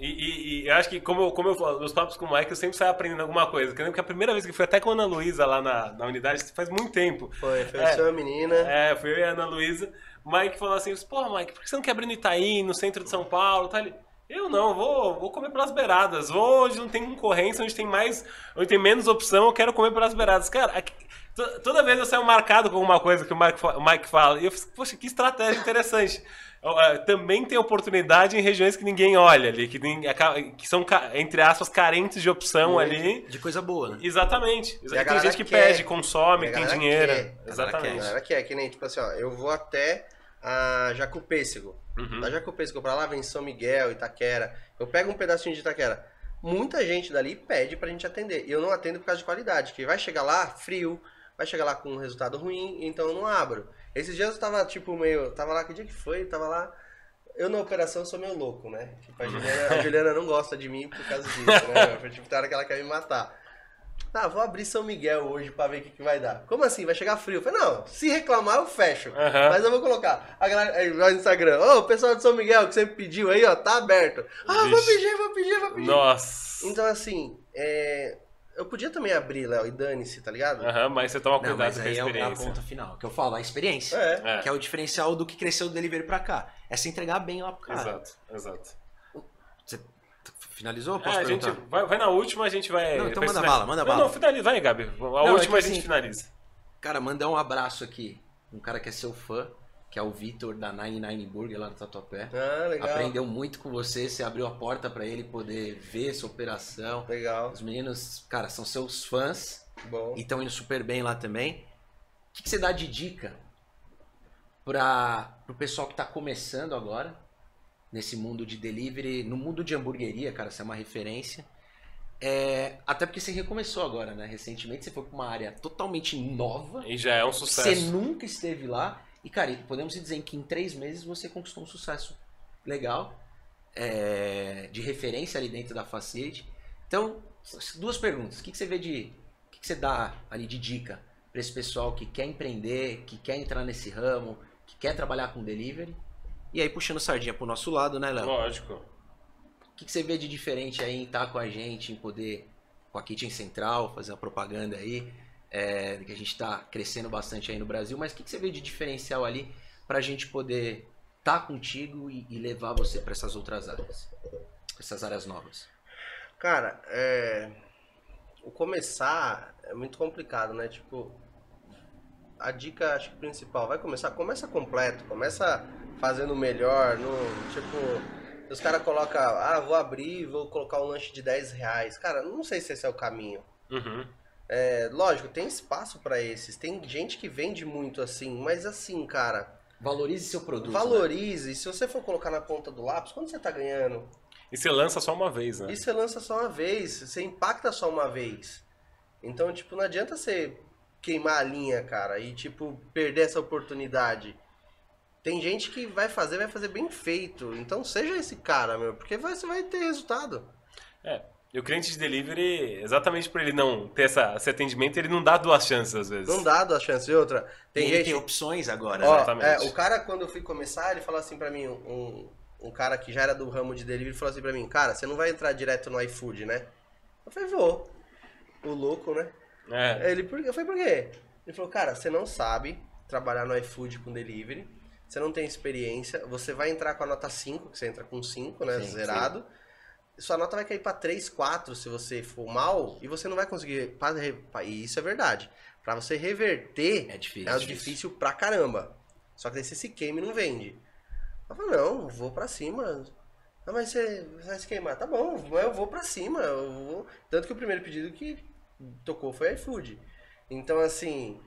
E eu acho que, como eu falo, nos papos com o Mike, eu sempre saio aprendendo alguma coisa. Porque eu lembro que a primeira vez que eu fui até com a Ana Luísa lá na unidade, faz muito tempo. Foi uma menina. Fui eu e a Ana Luísa. O Mike falou assim, porra, Mike, por que você não quer abrir no Itaim, no centro de São Paulo? Tá ali. Eu não, vou comer pelas beiradas. Vou onde não tem concorrência, onde tem menos opção, eu quero comer pelas beiradas. Cara, toda vez eu saio marcado com alguma coisa que o Mike fala. E eu fico, poxa, que estratégia interessante. Também tem oportunidade em regiões que ninguém olha ali, que são, entre aspas, carentes de opção ali. De coisa boa, né? Exatamente. E a Tem galera gente que quer. pede, consome, E a tem galera dinheiro. quer. Exatamente. A galera quer, que nem, tipo assim, ó, eu vou até a Jacupêssego. Uhum. Da Jacupêssego pra lá vem São Miguel, Itaquera. Eu pego um pedacinho de Itaquera. Muita gente dali pede pra gente atender. E eu não atendo por causa de qualidade, que vai chegar lá frio, vai chegar lá com um resultado ruim, então eu não abro. Esses dias eu tava, tipo, tava lá, que dia que foi? Eu tava lá. Eu na operação sou meio louco, né? Tipo, a Juliana não gosta de mim por causa disso, né? Foi tipo, hora que ela quer me matar. Vou abrir São Miguel hoje pra ver o que vai dar. Como assim? Vai chegar frio? Eu falei, não, se reclamar eu fecho. Uhum. Mas eu vou colocar. A galera aí no Instagram, o pessoal de São Miguel que você sempre pediu aí, ó, tá aberto. Vou pedir. Nossa. Então assim, eu podia também abrir, Léo, e dane-se, tá ligado? Aham, mas você toma Não, cuidado mas com a aí é a experiência. ponta final. Que eu falo, a experiência. É. Que é o diferencial do que cresceu do delivery pra cá. É se entregar bem lá pro cara. Exato. Você finalizou? Posso A gente perguntar? vai na última, a gente vai... Não, então vai manda finalizar. bala, manda bala. Não, finaliza. Vai, Gabi. A Não, última é a que gente assim, finaliza. Cara, mandar um abraço aqui. Um cara que é seu fã, que é o Vitor da 99 Burger lá no Tatuapé. Legal. Aprendeu muito com você, você abriu a porta pra ele poder ver sua operação. Legal. Os meninos, cara, são seus fãs Bom. e estão indo super bem lá também. O que você dá de dica pro pessoal que tá começando agora nesse mundo de delivery, no mundo de hamburgueria, cara, você é uma referência. Até porque você recomeçou agora, né? Recentemente você foi pra uma área totalmente nova. E já é um Você sucesso. nunca esteve lá. E, cara, podemos dizer que em 3 meses você conquistou um sucesso legal, de referência ali dentro da Facility. Então, 2 perguntas. O que você vê o que você dá ali de dica para esse pessoal que quer empreender, que quer entrar nesse ramo, que quer trabalhar com delivery? E aí, puxando sardinha pro nosso lado, né, Léo? Lógico. O que você vê de diferente aí em estar com a gente, em poder, com a Kitchen Central, fazer uma propaganda aí, que a gente está crescendo bastante aí no Brasil, mas o que você vê de diferencial ali para a gente poder estar contigo e levar você para essas outras áreas, essas áreas novas? Cara, o começar é muito complicado, né? Tipo, a dica, acho que principal, começa completo, começa fazendo o melhor, tipo, os caras colocam, vou abrir, vou colocar um lanche de 10 reais. Cara, não sei se esse é o caminho. Uhum. Lógico, tem espaço pra esses, tem gente que vende muito assim, mas assim, cara, Valorize seu produto. Valorize. Né? Se você for colocar na ponta do lápis, quanto você tá ganhando? E você lança só uma vez, né? E você lança só uma vez. Você impacta só uma vez. Então, tipo, não adianta você queimar a linha, cara, e, tipo, perder essa oportunidade. Tem gente que vai fazer bem feito. Então, seja esse cara, meu, porque você vai ter resultado. E o cliente de delivery, exatamente por ele não ter esse atendimento, ele não dá duas chances, às vezes. Não dá duas chances. E outra, tem gente... tem opções agora, Ó, exatamente. O cara, quando eu fui começar, ele falou assim pra mim, um cara que já era do ramo de delivery, falou assim pra mim, cara, você não vai entrar direto no iFood, né? Eu falei, vou. O louco, né? Eu falei, por quê? Ele falou, cara, você não sabe trabalhar no iFood com delivery, você não tem experiência, você vai entrar com a nota 5, que você entra com 5, né, zerado. Sim. Sua nota vai cair pra 3, 4 se você for mal, e você não vai conseguir... E isso é verdade. Pra você reverter, é difícil pra caramba. Só que daí você se queima e não vende. Eu falei, não, vou pra cima. Ah, mas você vai se queimar. Tá bom, eu vou pra cima. Tanto que o primeiro pedido que tocou foi iFood. Então, assim,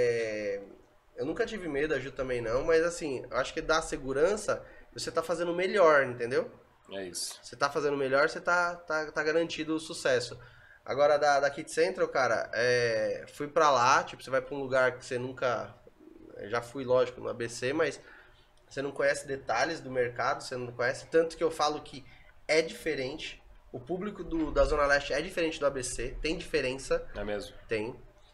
eu nunca tive medo, a Ju também não, mas assim, eu acho que dá segurança, você tá fazendo melhor, entendeu? É isso. Você tá fazendo melhor, você tá garantido o sucesso. Agora, da Kit Central, cara, fui pra lá, tipo, você vai pra um lugar que você nunca... Já fui, lógico, no ABC, mas você não conhece detalhes do mercado, você não conhece, tanto que eu falo que é diferente. O público da Zona Leste é diferente do ABC, tem diferença. É mesmo? Tem.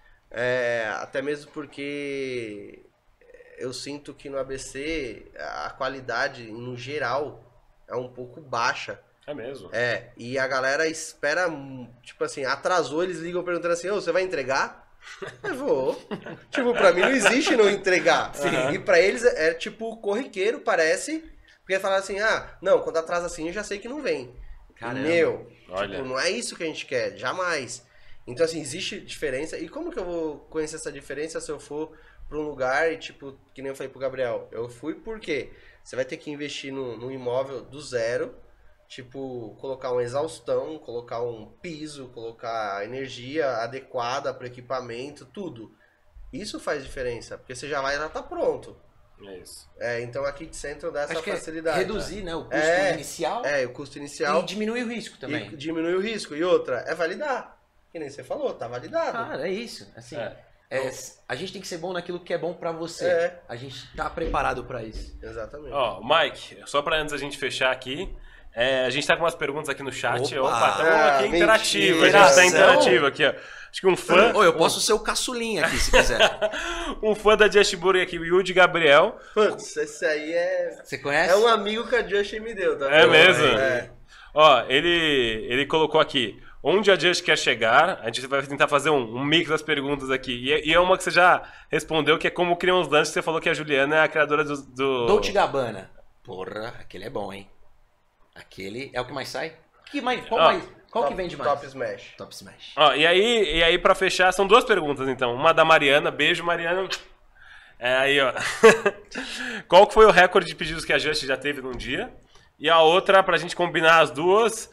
Até mesmo porque eu sinto que no ABC a qualidade, no geral, é um pouco baixa. É mesmo? E a galera espera, tipo assim, atrasou, eles ligam perguntando assim, você vai entregar? Eu vou. Tipo, pra mim não existe não entregar. Sim. E pra eles é tipo corriqueiro, parece, porque falar assim, não, quando atrasa assim eu já sei que não vem. Caramba. Tipo, não é isso que a gente quer, jamais. Então, assim, existe diferença. E como que eu vou conhecer essa diferença se eu for pra um lugar e, tipo, que nem eu falei pro Gabriel, eu fui porque você vai ter que investir num imóvel do zero, tipo, colocar um exaustão, colocar um piso, colocar energia adequada para o equipamento, tudo. Isso faz diferença, porque você já vai lá, tá pronto. É isso. Então aqui de centro dá essa Acho facilidade. Reduzir, né, o custo inicial. O custo inicial. E diminuir o risco também. E diminuir o risco. E outra, é validar. Que nem você falou, tá validado. Cara, é isso. Assim, a gente tem que ser bom naquilo que é bom pra você. A gente tá preparado pra isso. Exatamente. Ó, Mike, só pra antes a gente fechar aqui, a gente tá com umas perguntas aqui no chat. Opa, estamos aqui interativo. A gente tá interativo aqui, ó. Acho que um fã... eu posso ser o caçulinha aqui, se quiser. Um fã da Just Burger aqui, o Yudi Gabriel. Putz, esse aí Você conhece? É um amigo que a Just me deu, tá? É mesmo? Ó, ele colocou aqui, onde a Just quer chegar? A gente vai tentar fazer um mix das perguntas aqui. E é uma que você já respondeu, que é como criar uns lanches. Você falou que a Juliana é a criadora do... Dolce Gabbana. Porra, aquele é bom, hein? Aquele é o que mais sai? Qual que vende mais? Top Smash. Top Smash. Ó, e aí, pra fechar, são duas perguntas, então. Uma da Mariana. Beijo, Mariana. Aí, ó. Qual que foi o recorde de pedidos que a Just já teve num dia? E a outra, pra gente combinar as duas,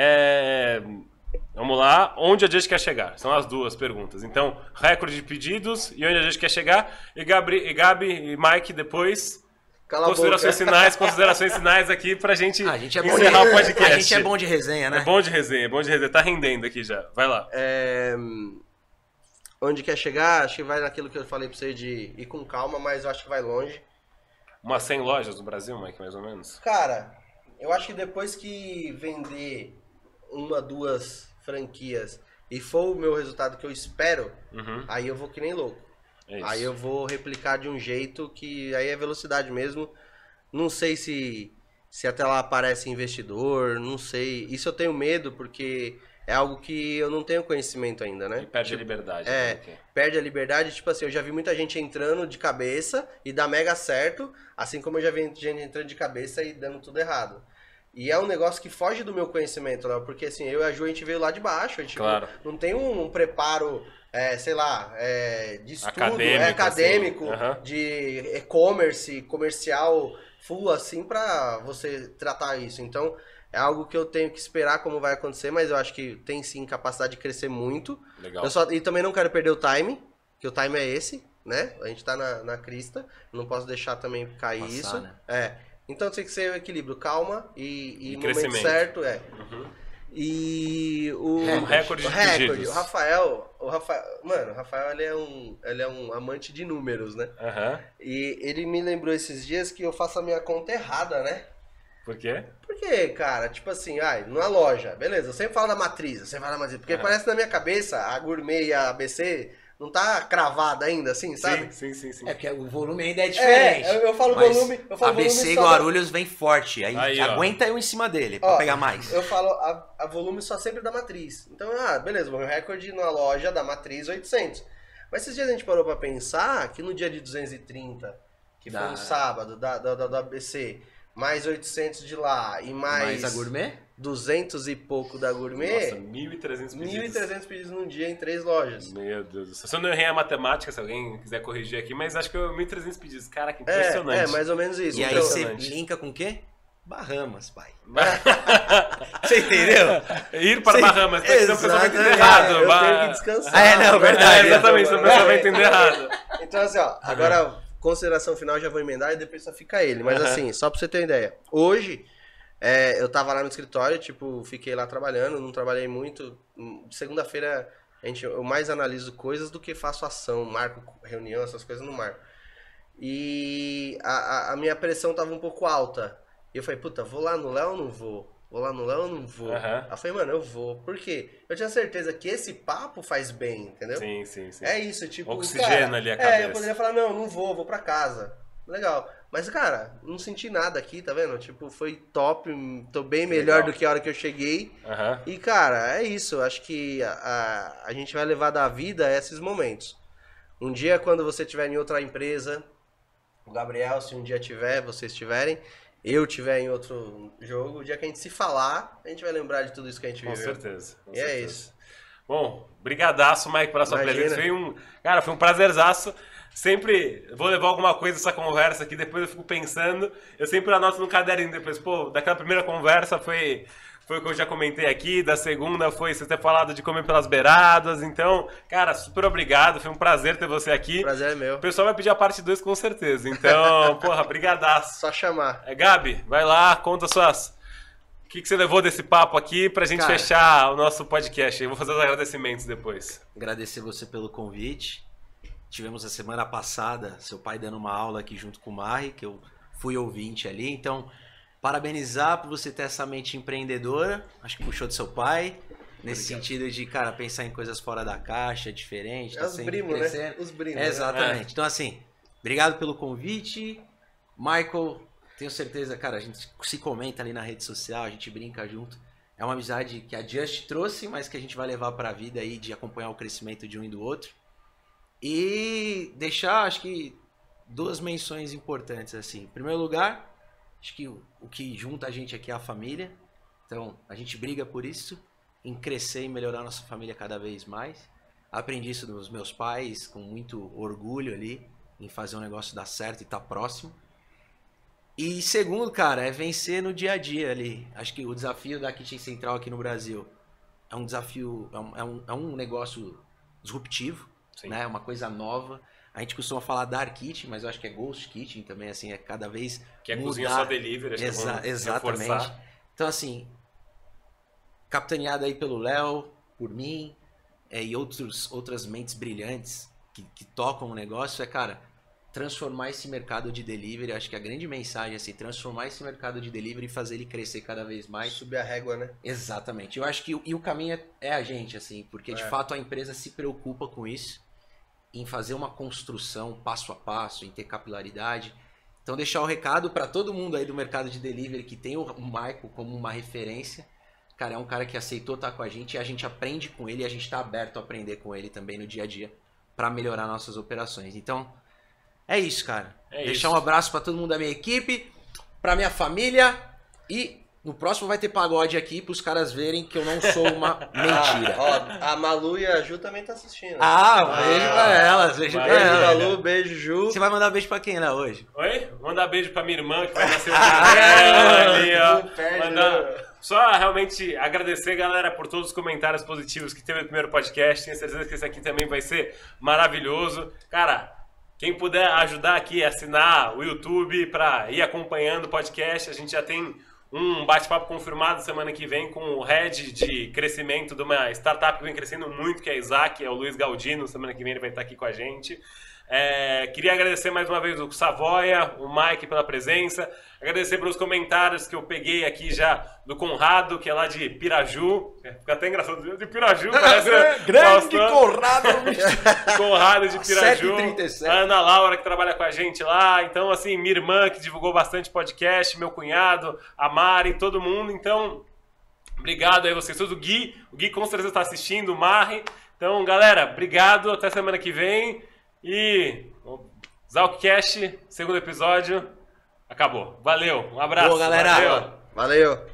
vamos lá. Onde a Just quer chegar? São as duas perguntas. Então, recorde de pedidos e onde a Just quer chegar. E Gabi e Mike, depois... Considerações finais aqui pra gente, encerrar o podcast. A gente é bom de resenha, né? É bom de resenha. Tá rendendo aqui já. Vai lá. Onde quer chegar, acho que vai naquilo que eu falei pra você de ir com calma, mas eu acho que vai longe. Umas 100 lojas no Brasil, Mike, mais ou menos? Cara, eu acho que depois que vender 1, 2 franquias e for o meu resultado que eu espero, aí eu vou que nem louco. Aí eu vou replicar de um jeito que aí é velocidade mesmo. Não sei se até lá aparece investidor, não sei. Isso eu tenho medo porque é algo que eu não tenho conhecimento ainda, né? E perde a liberdade. Perde a liberdade. Tipo assim, eu já vi muita gente entrando de cabeça e dá mega certo, assim como eu já vi gente entrando de cabeça e dando tudo errado. E é um negócio que foge do meu conhecimento, Léo, porque assim, eu e a Ju, a gente veio lá de baixo, a gente não tem um preparo... de estudo, acadêmico, assim. De e-commerce, comercial, full, assim, pra você tratar isso. Então, é algo que eu tenho que esperar como vai acontecer, mas eu acho que tem sim capacidade de crescer muito. Legal. E também não quero perder o time, que o time é esse. né? A gente tá na crista, não posso deixar também cair Passar, isso. né? Então tem que ser o equilíbrio, calma e momento crescimento. certo, Uhum. E o recorde de pedidos. o Rafael, mano, o Rafael ele é um amante de números, né? Aham. E ele me lembrou esses dias que eu faço a minha conta errada, né? Por quê? Porque, cara, tipo assim, numa loja, beleza, eu sempre falo da matriz, porque parece na minha cabeça a Gourmet e a ABC não tá cravada ainda, assim, sabe? Sim. É porque o volume ainda é diferente. Eu falo Mas volume, eu falo ABC volume e só Guarulhos vem forte. Aí ó. aguenta eu em cima dele, pra Ó, pegar mais. Eu falo a volume só sempre da matriz. Então, beleza, o meu recorde na loja da matriz 800. Mas esses dias a gente parou pra pensar que no dia de 230, que foi um sábado da ABC, mais 800 de lá e mais a Gourmet? 200 e pouco da Gourmet. Nossa, 1.300 pedidos. 1.300 pedidos num dia em 3 lojas. Meu Deus do céu. Se eu não errei a matemática, se alguém quiser corrigir aqui, mas acho que eu 1.300 pedidos. Caraca, impressionante. Mais ou menos isso. E aí Então, você linka com o quê? Bahamas, pai. Você entendeu? Ir para Bahamas, porque senão o pessoal vai entender errado. eu tenho que descansar. Não, verdade. Exatamente, senão o pessoal vai entender errado. Então, assim, agora, consideração final, já vou emendar e depois só fica ele. Mas assim, só pra você ter uma ideia. Hoje, eu tava lá no escritório, tipo, fiquei lá trabalhando, não trabalhei muito. Segunda-feira, eu mais analiso coisas do que faço ação, marco reunião, essas coisas no marco. E a minha pressão tava um pouco alta. E eu falei, puta, vou lá no Léo ou não vou? Vou lá no Léo ou não vou? Aí eu falei, mano, eu vou. Por quê? Eu tinha certeza que esse papo faz bem, entendeu? Sim. É isso, tipo... Oxigena ali a cabeça. eu poderia falar, não vou pra casa. Legal. Mas, cara, não senti nada aqui, tá vendo? Tipo, foi top, tô bem melhor do que a hora que eu cheguei. E, cara, é isso. Eu acho que a gente vai levar da vida esses momentos. Um dia, quando você estiver em outra empresa, o Gabriel, se um dia tiver, vocês tiverem, eu tiver em outro jogo, o dia que a gente se falar, a gente vai lembrar de tudo isso que a gente viveu. Com certeza. É isso. Bom, brigadaço, Mike, pela sua Imagina. presença. Foi um prazerzaço. Sempre vou levar alguma coisa dessa conversa aqui, depois eu fico pensando. Eu sempre anoto no caderninho depois. Pô, daquela primeira conversa foi o que eu já comentei aqui. Da segunda foi você ter falado de comer pelas beiradas. Então, cara, super obrigado. Foi um prazer ter você aqui. Prazer é meu. O pessoal vai pedir a parte 2 com certeza. Então, porra, brigadaço. Só chamar. Gabi, vai lá, conta suas... O que você levou desse papo aqui pra gente fechar o nosso podcast? Eu vou fazer os agradecimentos depois. Agradecer você pelo convite. Tivemos a semana passada seu pai dando uma aula aqui junto com o Marri, que eu fui ouvinte ali. Então, parabenizar por você ter essa mente empreendedora. Acho que puxou do seu pai. Nesse sentido de, cara, pensar em coisas fora da caixa, diferente. Os brimos, né? Os brimos. Exatamente. Então, assim, obrigado pelo convite. Michael, tenho certeza, cara, a gente se comenta ali na rede social, a gente brinca junto. É uma amizade que a Just trouxe, mas que a gente vai levar pra vida aí, de acompanhar o crescimento de um e do outro. E deixar, acho que, 2 menções importantes, assim. Em primeiro lugar, acho que o que junta a gente aqui é a família. Então, a gente briga por isso, em crescer e melhorar nossa família cada vez mais. Aprendi isso dos meus pais, com muito orgulho ali, em fazer um negócio dar certo e estar próximo. E segundo, cara, é vencer no dia a dia ali. Acho que o desafio da Kitchen Central aqui no Brasil é um desafio, é um negócio disruptivo. Né? Uma coisa nova. A gente costuma falar Dark Kitchen, mas eu acho que é Ghost Kitchen também, assim, é cada vez que é mudar. Cozinha só delivery, acho exatamente. Reforçar. Então, assim, capitaneado aí pelo Léo, por mim, e outras mentes brilhantes que tocam o negócio, cara, transformar esse mercado de delivery, acho que a grande mensagem é assim, transformar esse mercado de delivery e fazer ele crescer cada vez mais. Subir a régua, né? Exatamente. Eu acho que o caminho é a gente, assim, porque de fato a empresa se preocupa com isso, em fazer uma construção passo a passo, em ter capilaridade. Então deixar o recado para todo mundo aí do mercado de delivery que tem o Michael como uma referência. Cara, é um cara que aceitou estar com a gente e a gente aprende com ele e a gente está aberto a aprender com ele também no dia a dia para melhorar nossas operações. Então, é isso, cara. Deixar um abraço para todo mundo da minha equipe, para minha família e no próximo vai ter pagode aqui para os caras verem que eu não sou uma mentira. A Malu e a Ju também tá assistindo. Beijo pra elas, beijo pra elas. Malu, beijo, Ju. Você vai mandar beijo pra quem, né, hoje? Oi? Vou mandar beijo pra minha irmã, que vai nascer ali, ó. Só realmente agradecer, galera, por todos os comentários positivos que teve no primeiro podcast. Tenho certeza que esse aqui também vai ser maravilhoso. Cara, Quem puder ajudar aqui a assinar o YouTube para ir acompanhando o podcast, a gente já tem um bate-papo confirmado semana que vem com o head de crescimento de uma startup que vem crescendo muito, que é a Isaac, é o Luiz Galdino. Semana que vem ele vai estar aqui com a gente. Queria agradecer mais uma vez o Savoia, o Mike pela presença, agradecer pelos comentários que eu peguei aqui já do Conrado, que é lá de Piraju, fica até engraçado, de Piraju, parece grande Conrado! Conrado de Piraju, 7h37. a Ana Laura que trabalha com a gente lá, então assim, minha irmã que divulgou bastante podcast, meu cunhado, a Mari, todo mundo, então obrigado aí vocês todos, o Gui com certeza está assistindo, o Marri, então galera, obrigado, até semana que vem. E o Zalcast, segundo episódio, acabou. Valeu, um abraço. Boa, galera. Valeu. Valeu.